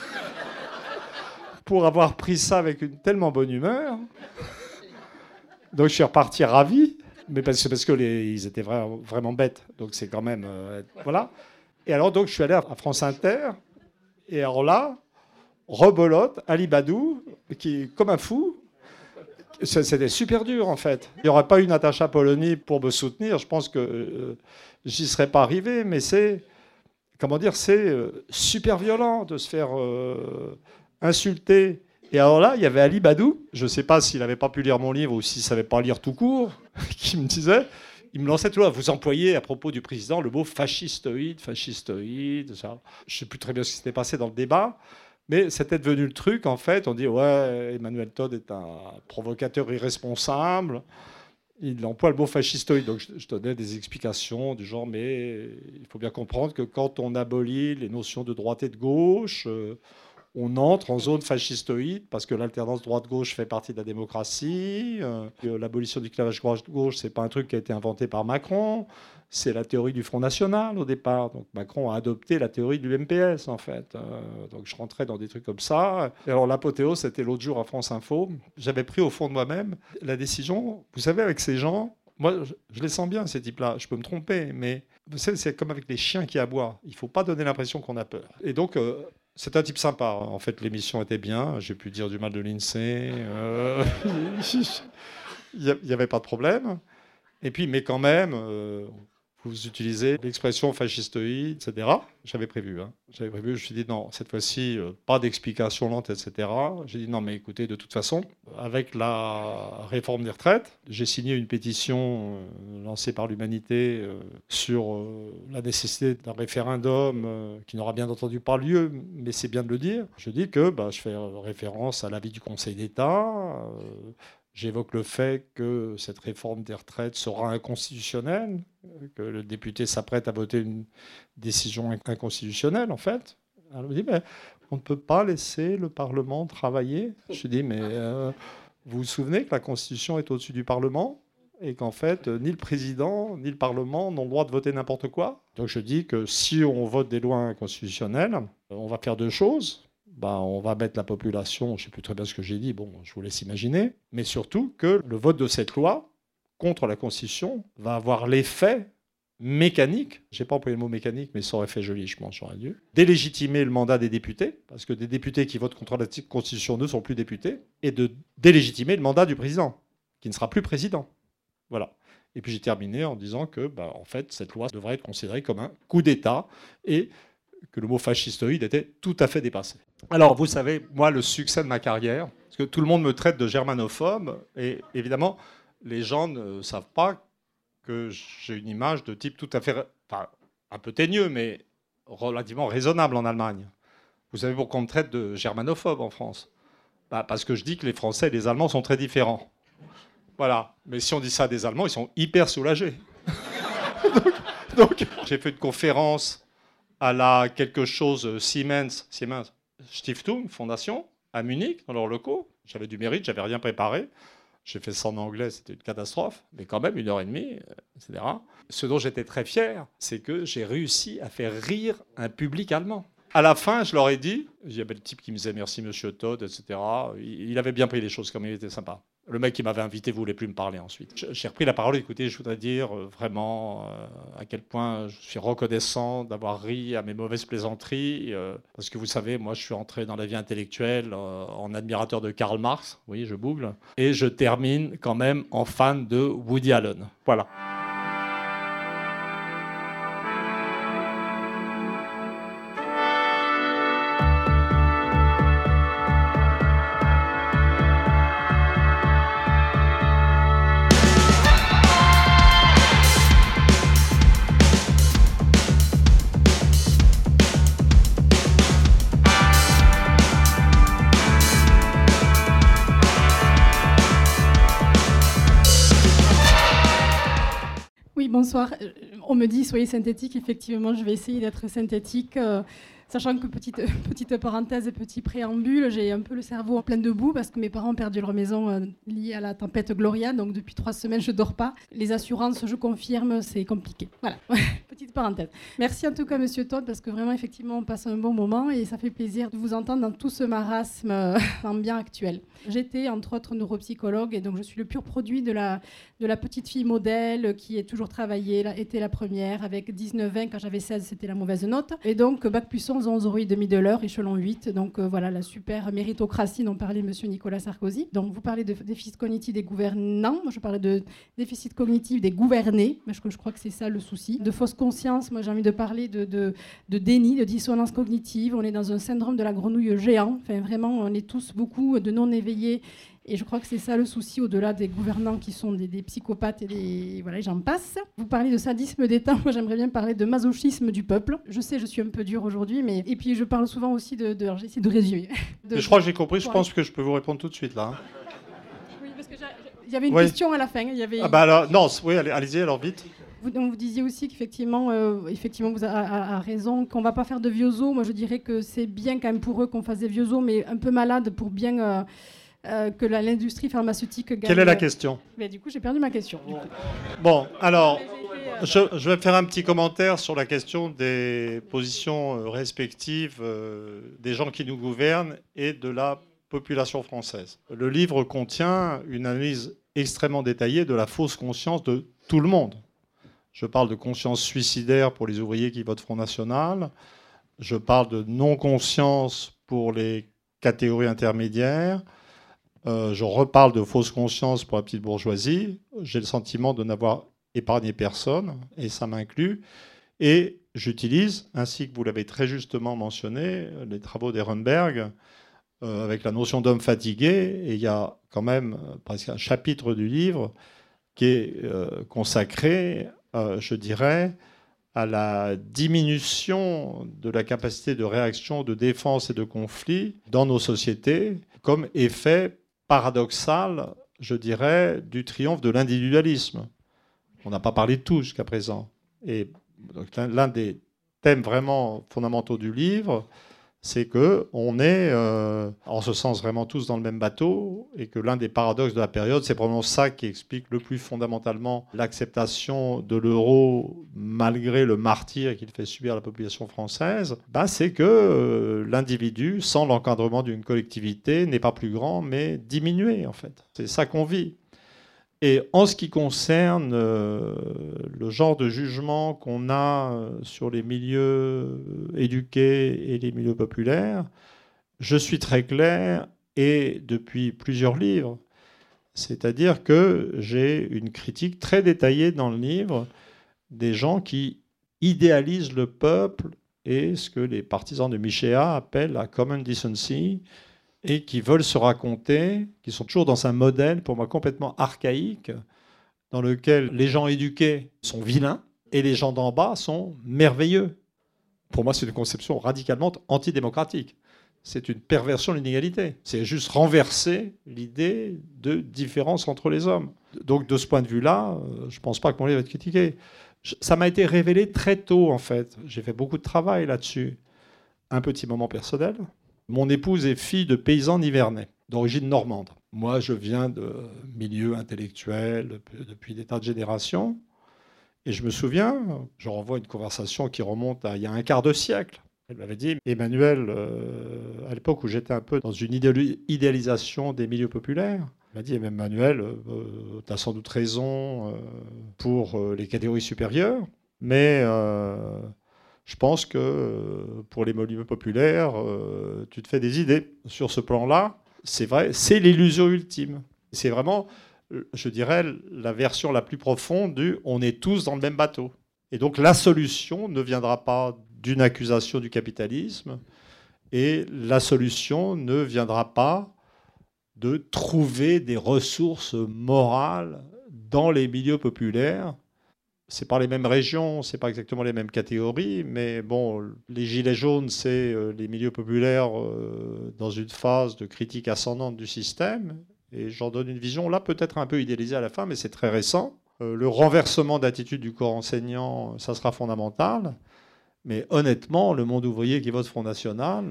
Pour avoir pris ça avec une tellement bonne humeur. Donc je suis reparti ravi, mais c'est parce qu'ils étaient vraiment, vraiment bêtes. Donc c'est quand même... Euh, voilà. Et alors donc je suis allé à France Inter, et alors là, rebelote, Ali Badou, qui comme un fou. C'était super dur en fait. Il n'y aurait pas eu Natacha Polony pour me soutenir, je pense que euh, j'y serais pas arrivé, mais c'est... Comment dire, c'est euh, super violent de se faire... Euh, insulté. Et alors là, il y avait Ali Badou, je ne sais pas s'il n'avait pas pu lire mon livre ou s'il ne savait pas lire tout court, qui me disait, il me lançait tout là, vous employez à propos du président le mot fascistoïde, fascistoïde, ça. Je ne sais plus très bien ce qui s'était passé dans le débat, mais c'était devenu le truc, en fait. On dit, ouais, Emmanuel Todd est un provocateur irresponsable. Il emploie le mot fascistoïde. Donc je donnais des explications du genre, mais il faut bien comprendre que quand on abolit les notions de droite et de gauche, euh, on entre en zone fascistoïde parce que l'alternance droite-gauche fait partie de la démocratie. Euh, l'abolition du clivage droite-gauche, c'est pas un truc qui a été inventé par Macron. C'est la théorie du Front National au départ. Donc Macron a adopté la théorie du M P S en fait. Euh, donc je rentrais dans des trucs comme ça. Et alors l'apothéose, c'était l'autre jour à France Info. J'avais pris au fond de moi-même la décision. Vous savez, avec ces gens, moi je, je les sens bien ces types-là. Je peux me tromper, mais vous savez, c'est comme avec les chiens qui aboient. Il faut pas donner l'impression qu'on a peur. Et donc euh, c'est un type sympa. En fait, l'émission était bien. J'ai pu dire du mal de l'INSEE. Euh... Il n'y avait pas de problème. Et puis, mais quand même, euh, vous utilisez l'expression fascistoïde, et cetera. J'avais prévu. Hein. J'avais prévu. Je me suis dit non, cette fois-ci, euh, pas d'explication lente, et cetera. J'ai dit non, mais écoutez, de toute façon, avec la réforme des retraites, j'ai signé une pétition euh, lancée par l'Humanité euh, sur euh, la nécessité d'un référendum euh, qui n'aura bien entendu pas lieu, mais c'est bien de le dire. Je dis que bah, je fais référence à l'avis du Conseil d'État. Euh, J'évoque le fait que cette réforme des retraites sera inconstitutionnelle, que le député s'apprête à voter une décision inconstitutionnelle, en fait. Alors, on me dit, mais on ne peut pas laisser le Parlement travailler. Je dis, mais euh, vous vous souvenez que la Constitution est au-dessus du Parlement et qu'en fait, ni le président ni le Parlement n'ont le droit de voter n'importe quoi. Donc je dis que si on vote des lois inconstitutionnelles, on va faire deux choses. Ben, on va mettre la population, je ne sais plus très bien ce que j'ai dit, bon, je vous laisse imaginer, mais surtout que le vote de cette loi contre la Constitution va avoir l'effet mécanique, je n'ai pas employé le mot mécanique, mais ça aurait fait joli, je pense, j'aurais dû, délégitimer le mandat des députés, parce que des députés qui votent contre la Constitution ne sont plus députés, et de délégitimer le mandat du président, qui ne sera plus président. Voilà. Et puis j'ai terminé en disant que, ben, en fait, cette loi devrait être considérée comme un coup d'État, et que le mot fascistoïde était tout à fait dépassé. Alors, vous savez, moi, le succès de ma carrière, parce que tout le monde me traite de germanophobe, et évidemment, les gens ne savent pas que j'ai une image de type tout à fait, enfin, un peu teigneux, mais relativement raisonnable en Allemagne. Vous savez pourquoi on me traite de germanophobe en France? Bah, parce que je dis que les Français et les Allemands sont très différents. Voilà. Mais si on dit ça des Allemands, ils sont hyper soulagés. donc, donc j'ai fait une conférence à la quelque chose Siemens, Siemens Stiftung, fondation, à Munich, dans leurs locaux. J'avais du mérite, j'avais rien préparé. J'ai fait ça en anglais, c'était une catastrophe, mais quand même une heure et demie, et cetera. Ce dont j'étais très fier, c'est que j'ai réussi à faire rire un public allemand. À la fin, je leur ai dit, il y avait le type qui me disait merci monsieur Todd, et cetera. Il avait bien pris les choses comme il était sympa. Le mec qui m'avait invité ne voulait plus me parler ensuite. J'ai repris la parole. Écoutez, je voudrais dire vraiment euh, à quel point je suis reconnaissant d'avoir ri à mes mauvaises plaisanteries. Euh, parce que vous savez, moi, je suis entré dans la vie intellectuelle euh, en admirateur de Karl Marx. Oui, je bougle. Et je termine quand même en fan de Woody Allen. Voilà. Bonsoir. On me dit soyez synthétique. Effectivement, je vais essayer d'être synthétique. Euh, sachant que, petite, petite parenthèse et petit préambule, j'ai un peu le cerveau en plein de boue parce que mes parents ont perdu leur maison euh, liée à la tempête Gloria. Donc depuis trois semaines, je ne dors pas. Les assurances, je confirme, c'est compliqué. Voilà, petite parenthèse. Merci en tout cas, monsieur Todd, parce que vraiment, effectivement, on passe un bon moment et ça fait plaisir de vous entendre dans tout ce marasme euh, ambiant actuel. J'étais, entre autres, neuropsychologue et donc je suis le pur produit de la, de la petite fille modèle qui est toujours travaillée, là, était la première, avec dix-neuf vingt, quand j'avais seize, c'était la mauvaise note. Et donc, bac plus onze, onze euros et demi de l'heure, échelon huit. Donc euh, voilà, la super méritocratie dont parlait monsieur Nicolas Sarkozy. Donc vous parlez de déficit cognitif des gouvernants, moi je parlais de déficit cognitif des gouvernés, parce que je crois que c'est ça le souci. De fausse conscience, moi j'ai envie de parler de, de, de déni, de dissonance cognitive. On est dans un syndrome de la grenouille géant. Enfin vraiment, on est tous beaucoup de non-éveillés. Et je crois que c'est ça le souci, au-delà des gouvernants qui sont des, des psychopathes et des... Voilà, j'en passe. Vous parlez de sadisme d'État, moi j'aimerais bien parler de masochisme du peuple. Je sais, je suis un peu dure aujourd'hui, mais... Et puis je parle souvent aussi de... de... Alors j'essaie de résumer. De... Je crois que j'ai compris, je pense que je peux vous répondre tout de suite là. Oui, parce qu'il y avait une oui. question à la fin. Il y avait... Ah bah alors, non, oui, allez-y alors vite. Vous, donc vous disiez aussi qu'effectivement, euh, effectivement, vous avez a, a raison, qu'on ne va pas faire de vieux os. Moi je dirais que c'est bien quand même pour eux qu'on fasse des vieux os, mais un peu malades pour bien... Euh, Euh, que la, l'industrie pharmaceutique gagne. Quelle est la question? Mais du coup, j'ai perdu ma question. Bon, alors, je, je vais faire un petit commentaire sur la question des positions respectives euh, des gens qui nous gouvernent et de la population française. Le livre contient une analyse extrêmement détaillée de la fausse conscience de tout le monde. Je parle de conscience suicidaire pour les ouvriers qui votent Front National. Je parle de non-conscience pour les catégories intermédiaires. Euh, je reparle de fausse conscience pour la petite bourgeoisie. J'ai le sentiment de n'avoir épargné personne, et ça m'inclut. Et j'utilise, ainsi que vous l'avez très justement mentionné, les travaux d'Ehrenberg, euh, avec la notion d'homme fatigué. Et il y a quand même euh, presque un chapitre du livre qui est euh, consacré, euh, je dirais, à la diminution de la capacité de réaction, de défense et de conflit dans nos sociétés, comme effet paradoxal, je dirais, du triomphe de l'individualisme. On n'a pas parlé de tout jusqu'à présent. Et donc, l'un des thèmes vraiment fondamentaux du livre, c'est qu'on est, euh, en ce sens, vraiment tous dans le même bateau, et que l'un des paradoxes de la période, c'est probablement ça qui explique le plus fondamentalement l'acceptation de l'euro malgré le martyre qu'il fait subir à la population française, ben, c'est que euh, l'individu, sans l'encadrement d'une collectivité, n'est pas plus grand, mais diminué, en fait. C'est ça qu'on vit. Et en ce qui concerne euh, le genre de jugement qu'on a sur les milieux éduqués et les milieux populaires, je suis très clair, et depuis plusieurs livres. C'est-à-dire que j'ai une critique très détaillée dans le livre des gens qui idéalisent le peuple et ce que les partisans de Michéa appellent la common decency, et qui veulent se raconter, qui sont toujours dans un modèle, pour moi, complètement archaïque, dans lequel les gens éduqués sont vilains et les gens d'en bas sont merveilleux. Pour moi, c'est une conception radicalement antidémocratique. C'est une perversion de l'inégalité. C'est juste renverser l'idée de différence entre les hommes. Donc, de ce point de vue-là, je ne pense pas que mon livre va être critiqué. Ça m'a été révélé très tôt, en fait. J'ai fait beaucoup de travail là-dessus. Un petit moment personnel. Mon épouse est fille de paysans nivernais, d'origine normande. Moi, je viens de milieu intellectuel depuis des tas de générations. Et je me souviens, je renvoie une conversation qui remonte à il y a un quart de siècle. Elle m'avait dit, Emmanuel, euh, à l'époque où j'étais un peu dans une idéalisation des milieux populaires, elle m'a dit, Emmanuel, euh, tu as sans doute raison euh, pour euh, les catégories supérieures, mais... Euh, Je pense que pour les milieux populaires, euh, tu te fais des idées. Sur ce plan-là, c'est vrai, c'est l'illusion ultime. C'est vraiment, je dirais, la version la plus profonde du « on est tous dans le même bateau ». Et donc la solution ne viendra pas d'une accusation du capitalisme, et la solution ne viendra pas de trouver des ressources morales dans les milieux populaires. C'est pas les mêmes régions, c'est pas exactement les mêmes catégories, mais bon, les gilets jaunes, c'est les milieux populaires dans une phase de critique ascendante du système, et j'en donne une vision là peut-être un peu idéalisée à la fin, mais c'est très récent. Le renversement d'attitude du corps enseignant, ça sera fondamental, mais honnêtement, le monde ouvrier qui vote Front National,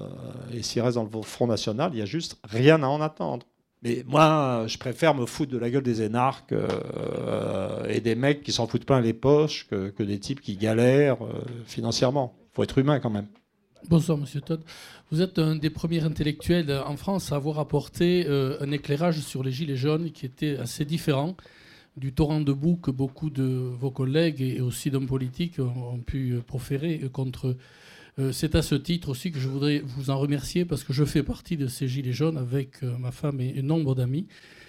et s'il reste dans le Front National, il n'y a juste rien à en attendre. Mais moi, je préfère me foutre de la gueule des énarques euh, et des mecs qui s'en foutent plein les poches que, que des types qui galèrent euh, financièrement. Il faut être humain quand même. Bonsoir, Monsieur Todd. Vous êtes un des premiers intellectuels en France à avoir apporté euh, un éclairage sur les Gilets jaunes qui était assez différent du torrent de boue que beaucoup de vos collègues et aussi d'hommes politiques ont pu proférer contre eux. C'est à ce titre aussi que je voudrais vous en remercier parce que je fais partie de ces Gilets jaunes avec ma femme et nombre d'amis.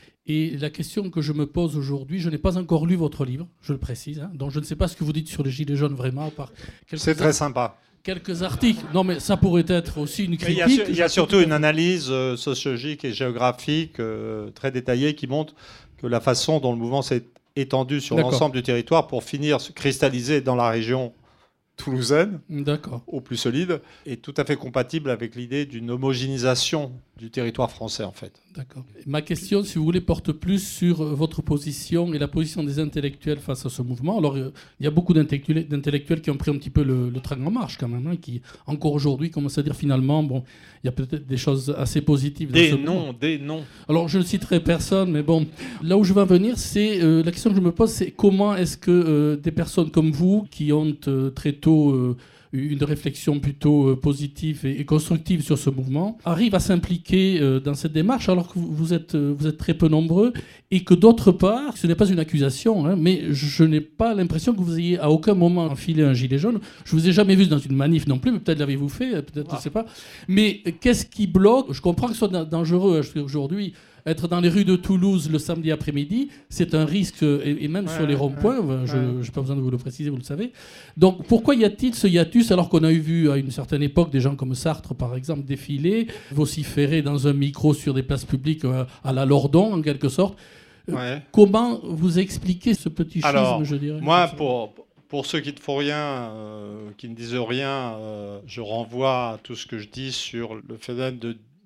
Et la question que je me pose aujourd'hui, je n'ai pas encore lu votre livre, je le précise, hein, donc je ne sais pas ce que vous dites sur les Gilets jaunes vraiment. À part C'est très sympa. Quelques articles. Non, mais ça pourrait être aussi une critique. Il y a, il y a surtout une analyse euh, sociologique et géographique euh, très détaillée qui montre que la façon dont le mouvement s'est étendu sur D'accord. l'ensemble du territoire pour finir se cristalliser dans la région toulousaine, D'accord. au plus solide, est tout à fait compatible avec l'idée d'une homogénéisation du territoire français, en fait. D'accord. Ma question, si vous voulez, porte plus sur votre position et la position des intellectuels face à ce mouvement. Alors, il y a beaucoup d'intellectuels, d'intellectuels qui ont pris un petit peu le, le train en marche, quand même, hein, qui, encore aujourd'hui, commencent à dire, finalement, bon, il y a peut-être des choses assez positives dans des ce noms, mouvement. Des noms. Alors, je ne citerai personne, mais bon, là où je veux en venir, c'est euh, la question que je me pose, c'est comment est-ce que euh, des personnes comme vous, qui ont euh, très tôt euh, une réflexion plutôt euh, positive et, et constructive sur ce mouvement, arrivent à s'impliquer euh, dans cette démarche alors que vous, vous, êtes, euh, vous êtes très peu nombreux et que d'autre part, ce n'est pas une accusation, hein, mais je, je n'ai pas l'impression que vous ayez à aucun moment enfilé un gilet jaune. Je ne vous ai jamais vu dans une manif non plus, mais peut-être l'avez-vous fait, peut-être, ah. je ne sais pas. Mais qu'est-ce qui bloque? Je comprends que ce soit dangereux hein, aujourd'hui. Être dans les rues de Toulouse le samedi après-midi, c'est un risque, et, et même ouais, sur les ronds-points, ouais, je n'ai ouais. pas besoin de vous le préciser, vous le savez. Donc pourquoi y a-t-il ce hiatus alors qu'on a eu vu à une certaine époque des gens comme Sartre, par exemple, défiler, vociférer dans un micro sur des places publiques euh, à la Lordon, en quelque sorte. Ouais. Comment vous expliquez ce petit alors, schisme, je dirais? Moi, pour, pour ceux qui ne font rien, euh, qui ne disent rien, euh, je renvoie à tout ce que je dis sur le phénomène de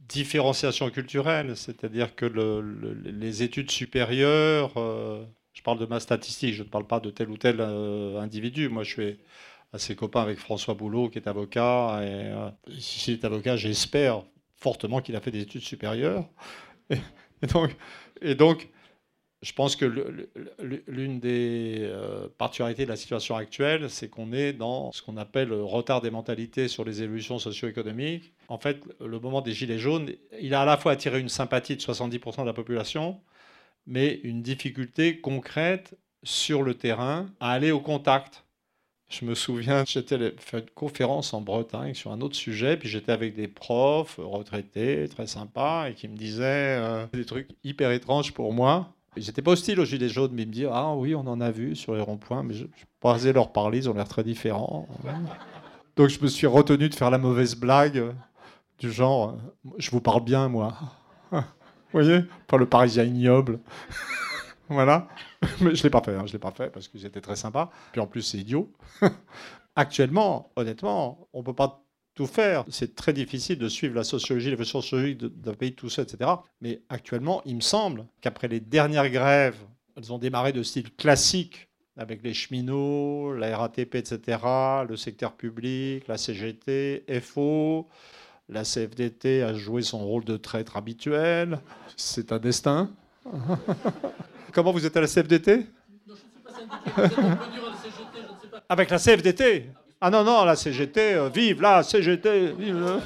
différenciation culturelle, c'est-à-dire que le, le, les études supérieures, euh, je parle de ma statistique, je ne parle pas de tel ou tel euh, individu. Moi, je suis assez copain avec François Boulot, qui est avocat. Et euh, si il est avocat, j'espère fortement qu'il a fait des études supérieures. Et, et, donc, et donc, je pense que le, le, l'une des euh, particularités de la situation actuelle, c'est qu'on est dans ce qu'on appelle le retard des mentalités sur les évolutions socio-économiques. En fait, le moment des Gilets jaunes, il a à la fois attiré une sympathie de soixante-dix pour cent de la population, mais une difficulté concrète sur le terrain à aller au contact. Je me souviens, j'étais fait une conférence en Bretagne sur un autre sujet, puis j'étais avec des profs retraités, très sympas, et qui me disaient euh, des trucs hyper étranges pour moi. J'étais pas hostile aux Gilets jaunes, mais ils me disaient « Ah oui, on en a vu sur les ronds-points, mais je ne suis pas osé leur parler, ils ont l'air très différents. » Donc je me suis retenu de faire la mauvaise blague du genre « Je vous parle bien, moi. » Vous voyez ? Pas le Parisien ignoble. Voilà. Mais je ne l'ai pas fait, hein, je l'ai pas fait parce que j'étais très sympa. Puis en plus, c'est idiot. Actuellement, honnêtement, on ne peut pas tout faire. C'est très difficile de suivre la sociologie, l'évolution sociologique d'un pays tout seul, et cetera. Mais actuellement, il me semble qu'après les dernières grèves, elles ont démarré de style classique, avec les cheminots, la R A T P, et cetera, le secteur public, la C G T, F O, la C F D T a joué son rôle de traître habituel. C'est un destin. Comment vous êtes à la C F D T ? Non, je ne suis pas syndiqué. Vous êtes un peu dur à la C G T, je ne sais pas. Avec la C F D T ? Ah non, non, la C G T, euh, vive la C G T, vive.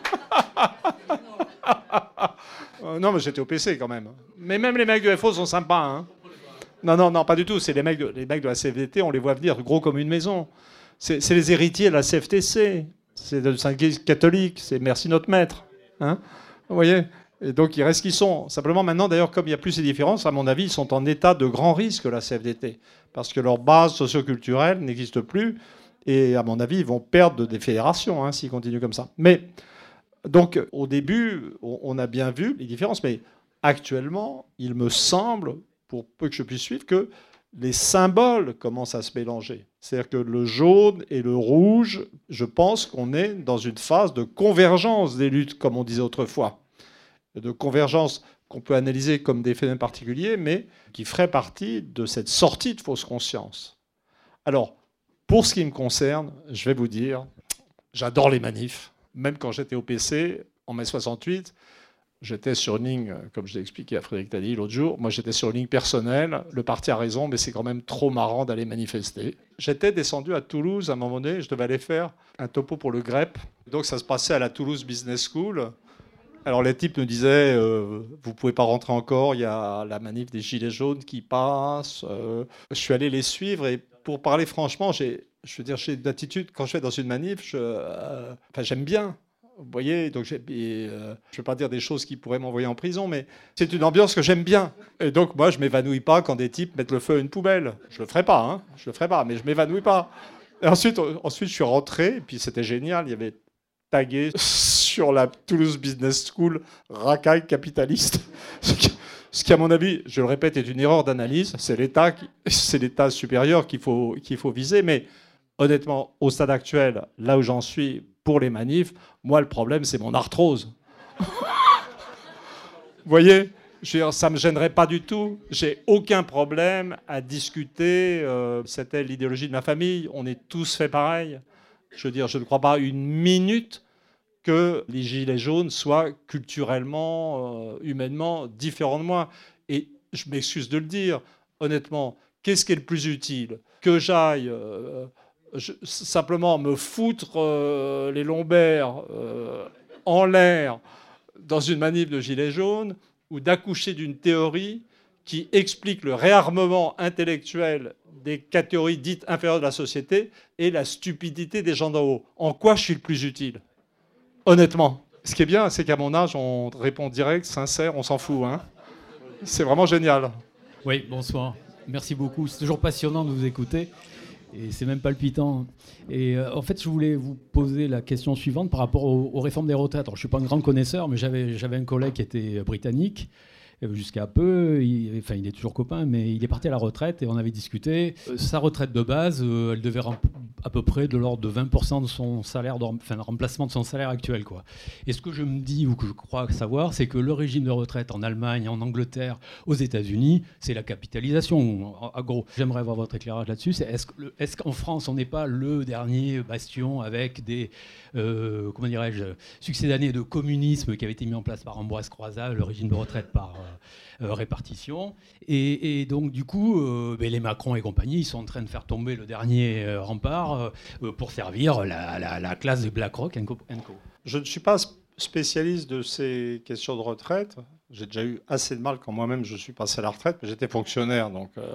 euh, non, mais j'étais au P C quand même. Mais même les mecs de F O sont sympas. Hein. Non, non, non, pas du tout. C'est les mecs de, les mecs de la C F D T, on les voit venir gros comme une maison. C'est, c'est les héritiers de la C F T C. C'est de Saint-Église catholique. C'est merci notre maître. Hein, vous voyez ? Et donc, ils restent qui sont. Simplement, maintenant, d'ailleurs, comme il n'y a plus ces différences, à mon avis, ils sont en état de grand risque, la C F D T. Parce que leur base socioculturelle n'existe plus. Et à mon avis, ils vont perdre des fédérations hein, s'ils continuent comme ça. Mais, donc, au début, on a bien vu les différences. Mais actuellement, il me semble, pour peu que je puisse suivre, que les symboles commencent à se mélanger. C'est-à-dire que le jaune et le rouge, je pense qu'on est dans une phase de convergence des luttes, comme on disait autrefois. De convergence qu'on peut analyser comme des phénomènes particuliers, mais qui ferait partie de cette sortie de fausse conscience. Alors, pour ce qui me concerne, je vais vous dire, j'adore les manifs. Même quand j'étais au P C, en mai soixante-huit, j'étais sur une ligne, comme je l'ai expliqué à Frédéric Taddy l'autre jour, moi j'étais sur une ligne personnelle, le parti a raison, mais c'est quand même trop marrant d'aller manifester. J'étais descendu à Toulouse à un moment donné, je devais aller faire un topo pour le G R E P. Donc ça se passait à la Toulouse Business School. Alors les types nous disaient, euh, vous pouvez pas rentrer encore, il y a la manif des Gilets jaunes qui passe. Euh, je suis allé les suivre et pour parler franchement, j'ai, je veux dire, j'ai une attitude, quand je vais dans une manif, je, euh, enfin, j'aime bien. Vous voyez, donc j'ai, et, euh, je ne vais pas dire des choses qui pourraient m'envoyer en prison, mais c'est une ambiance que j'aime bien. Et donc moi, je ne m'évanouis pas quand des types mettent le feu à une poubelle. Je ne le ferai pas, hein, je le ferai pas, mais je ne m'évanouis pas. Et ensuite, ensuite, je suis rentré, et puis c'était génial, il y avait tagué sur la Toulouse Business School racaille capitaliste. Ce qui, à mon avis, je le répète, est une erreur d'analyse. C'est l'État, qui, c'est l'État supérieur qu'il faut, qu'il faut viser. Mais honnêtement, au stade actuel, là où j'en suis pour les manifs, moi, le problème, c'est mon arthrose. Vous voyez, je veux dire, ça ne me gênerait pas du tout. J'ai aucun problème à discuter. Euh, c'était l'idéologie de ma famille. On est tous fait pareil. Je veux dire, je ne crois pas une minute que les Gilets jaunes soient culturellement, euh, humainement différents de moi. Et je m'excuse de le dire, honnêtement, qu'est-ce qui est le plus utile ? Que j'aille euh, je, simplement me foutre euh, les lombaires euh, en l'air dans une manif de Gilets jaunes ou d'accoucher d'une théorie qui explique le réarmement intellectuel des catégories dites inférieures de la société et la stupidité des gens d'en haut. En quoi je suis le plus utile ? Honnêtement. Ce qui est bien, c'est qu'à mon âge, on répond direct, sincère, on s'en fout. Hein. C'est vraiment génial. Oui, bonsoir. Merci beaucoup. C'est toujours passionnant de vous écouter. Et c'est même palpitant. Et euh, en fait, je voulais vous poser la question suivante par rapport aux, aux réformes des retraites. Alors, je ne suis pas un grand connaisseur, mais j'avais, j'avais un collègue qui était britannique jusqu'à peu. Il, enfin, il est toujours copain, mais il est parti à la retraite et on avait discuté. Sa retraite de base, euh, elle devait rem- à peu près de l'ordre de vingt pour cent de son salaire, de, enfin, de remplacement de son salaire actuel, quoi. Et ce que je me dis, ou que je crois savoir, c'est que le régime de retraite en Allemagne, en Angleterre, aux États-Unis, c'est la capitalisation. En, en gros, j'aimerais avoir votre éclairage là-dessus. C'est, est-ce, que, est-ce qu'en France, on n'est pas le dernier bastion avec des, euh, comment dirais-je, succédanés de communisme qui avait été mis en place par Ambroise Croizat, le régime de retraite par euh, euh, répartition. Et, et donc, du coup, euh, ben, les Macron et compagnie, ils sont en train de faire tomber le dernier euh, rempart euh, pour servir la, la, la classe de BlackRock and Co. Je ne suis pas spécialiste de ces questions de retraite. J'ai déjà eu assez de mal quand moi-même je suis passé à la retraite, mais j'étais fonctionnaire, donc euh,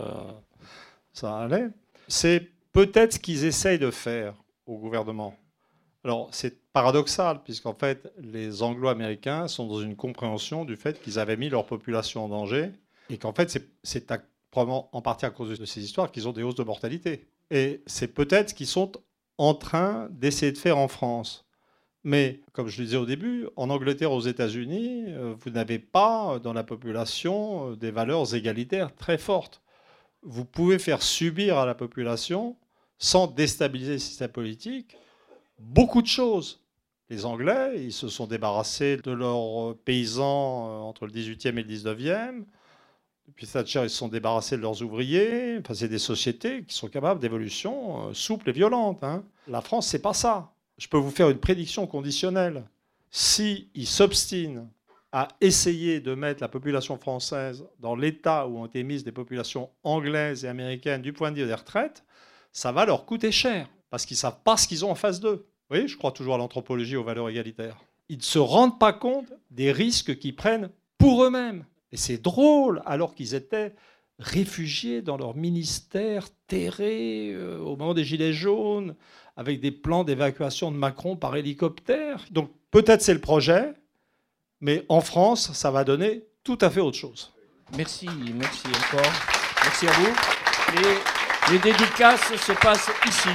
ça allait. C'est peut-être ce qu'ils essayent de faire au gouvernement. Alors, c'est paradoxal, puisqu'en fait, les Anglo-Américains sont dans une compréhension du fait qu'ils avaient mis leur population en danger, et qu'en fait, c'est, c'est à, probablement en partie à cause de ces histoires qu'ils ont des hausses de mortalité. Et c'est peut-être ce qu'ils sont en train d'essayer de faire en France. Mais, comme je le disais au début, en Angleterre, aux États-Unis, vous n'avez pas dans la population des valeurs égalitaires très fortes. Vous pouvez faire subir à la population, sans déstabiliser le système politique, beaucoup de choses. Les Anglais, ils se sont débarrassés de leurs paysans entre le dix-huitième et le dix-neuvième. Depuis Thatcher, ils se sont débarrassés de leurs ouvriers. Enfin, c'est des sociétés qui sont capables d'évolution souple et violente. Hein. La France, c'est pas ça. Je peux vous faire une prédiction conditionnelle. S'ils s'obstinent à essayer de mettre la population française dans l'état où ont été mises des populations anglaises et américaines du point de vue des retraites, ça va leur coûter cher, parce qu'ils ne savent pas ce qu'ils ont en face d'eux. Vous voyez, je crois toujours à l'anthropologie, aux valeurs égalitaires. Ils ne se rendent pas compte des risques qu'ils prennent pour eux-mêmes. Et c'est drôle, alors qu'ils étaient réfugiés dans leur ministère, terrés euh, au moment des Gilets jaunes, avec des plans d'évacuation de Macron par hélicoptère. Donc peut-être c'est le projet, mais en France, ça va donner tout à fait autre chose. Merci, merci encore. Merci à vous. Les, les dédicaces se passent ici.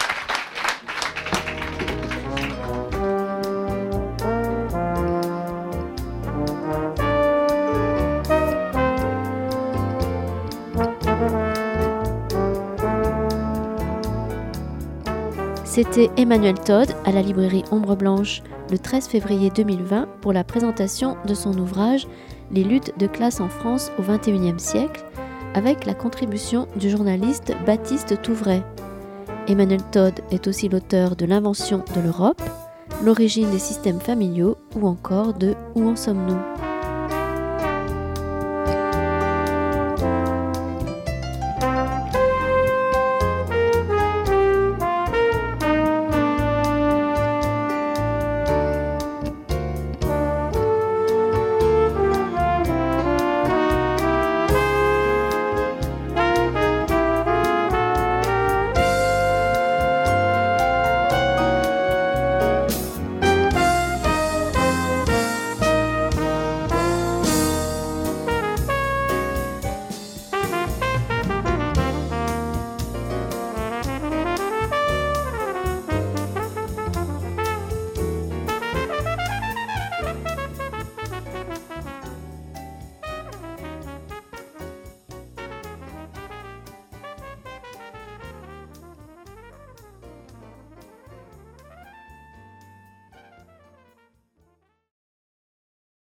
C'était Emmanuel Todd à la librairie Ombre Blanche le treize février deux mille vingt pour la présentation de son ouvrage « Les luttes de classe en France au vingt et unième siècle » avec la contribution du journaliste Baptiste Touvray. Emmanuel Todd est aussi l'auteur de L'invention de l'Europe, L'origine des systèmes familiaux ou encore de Où en sommes-nous ?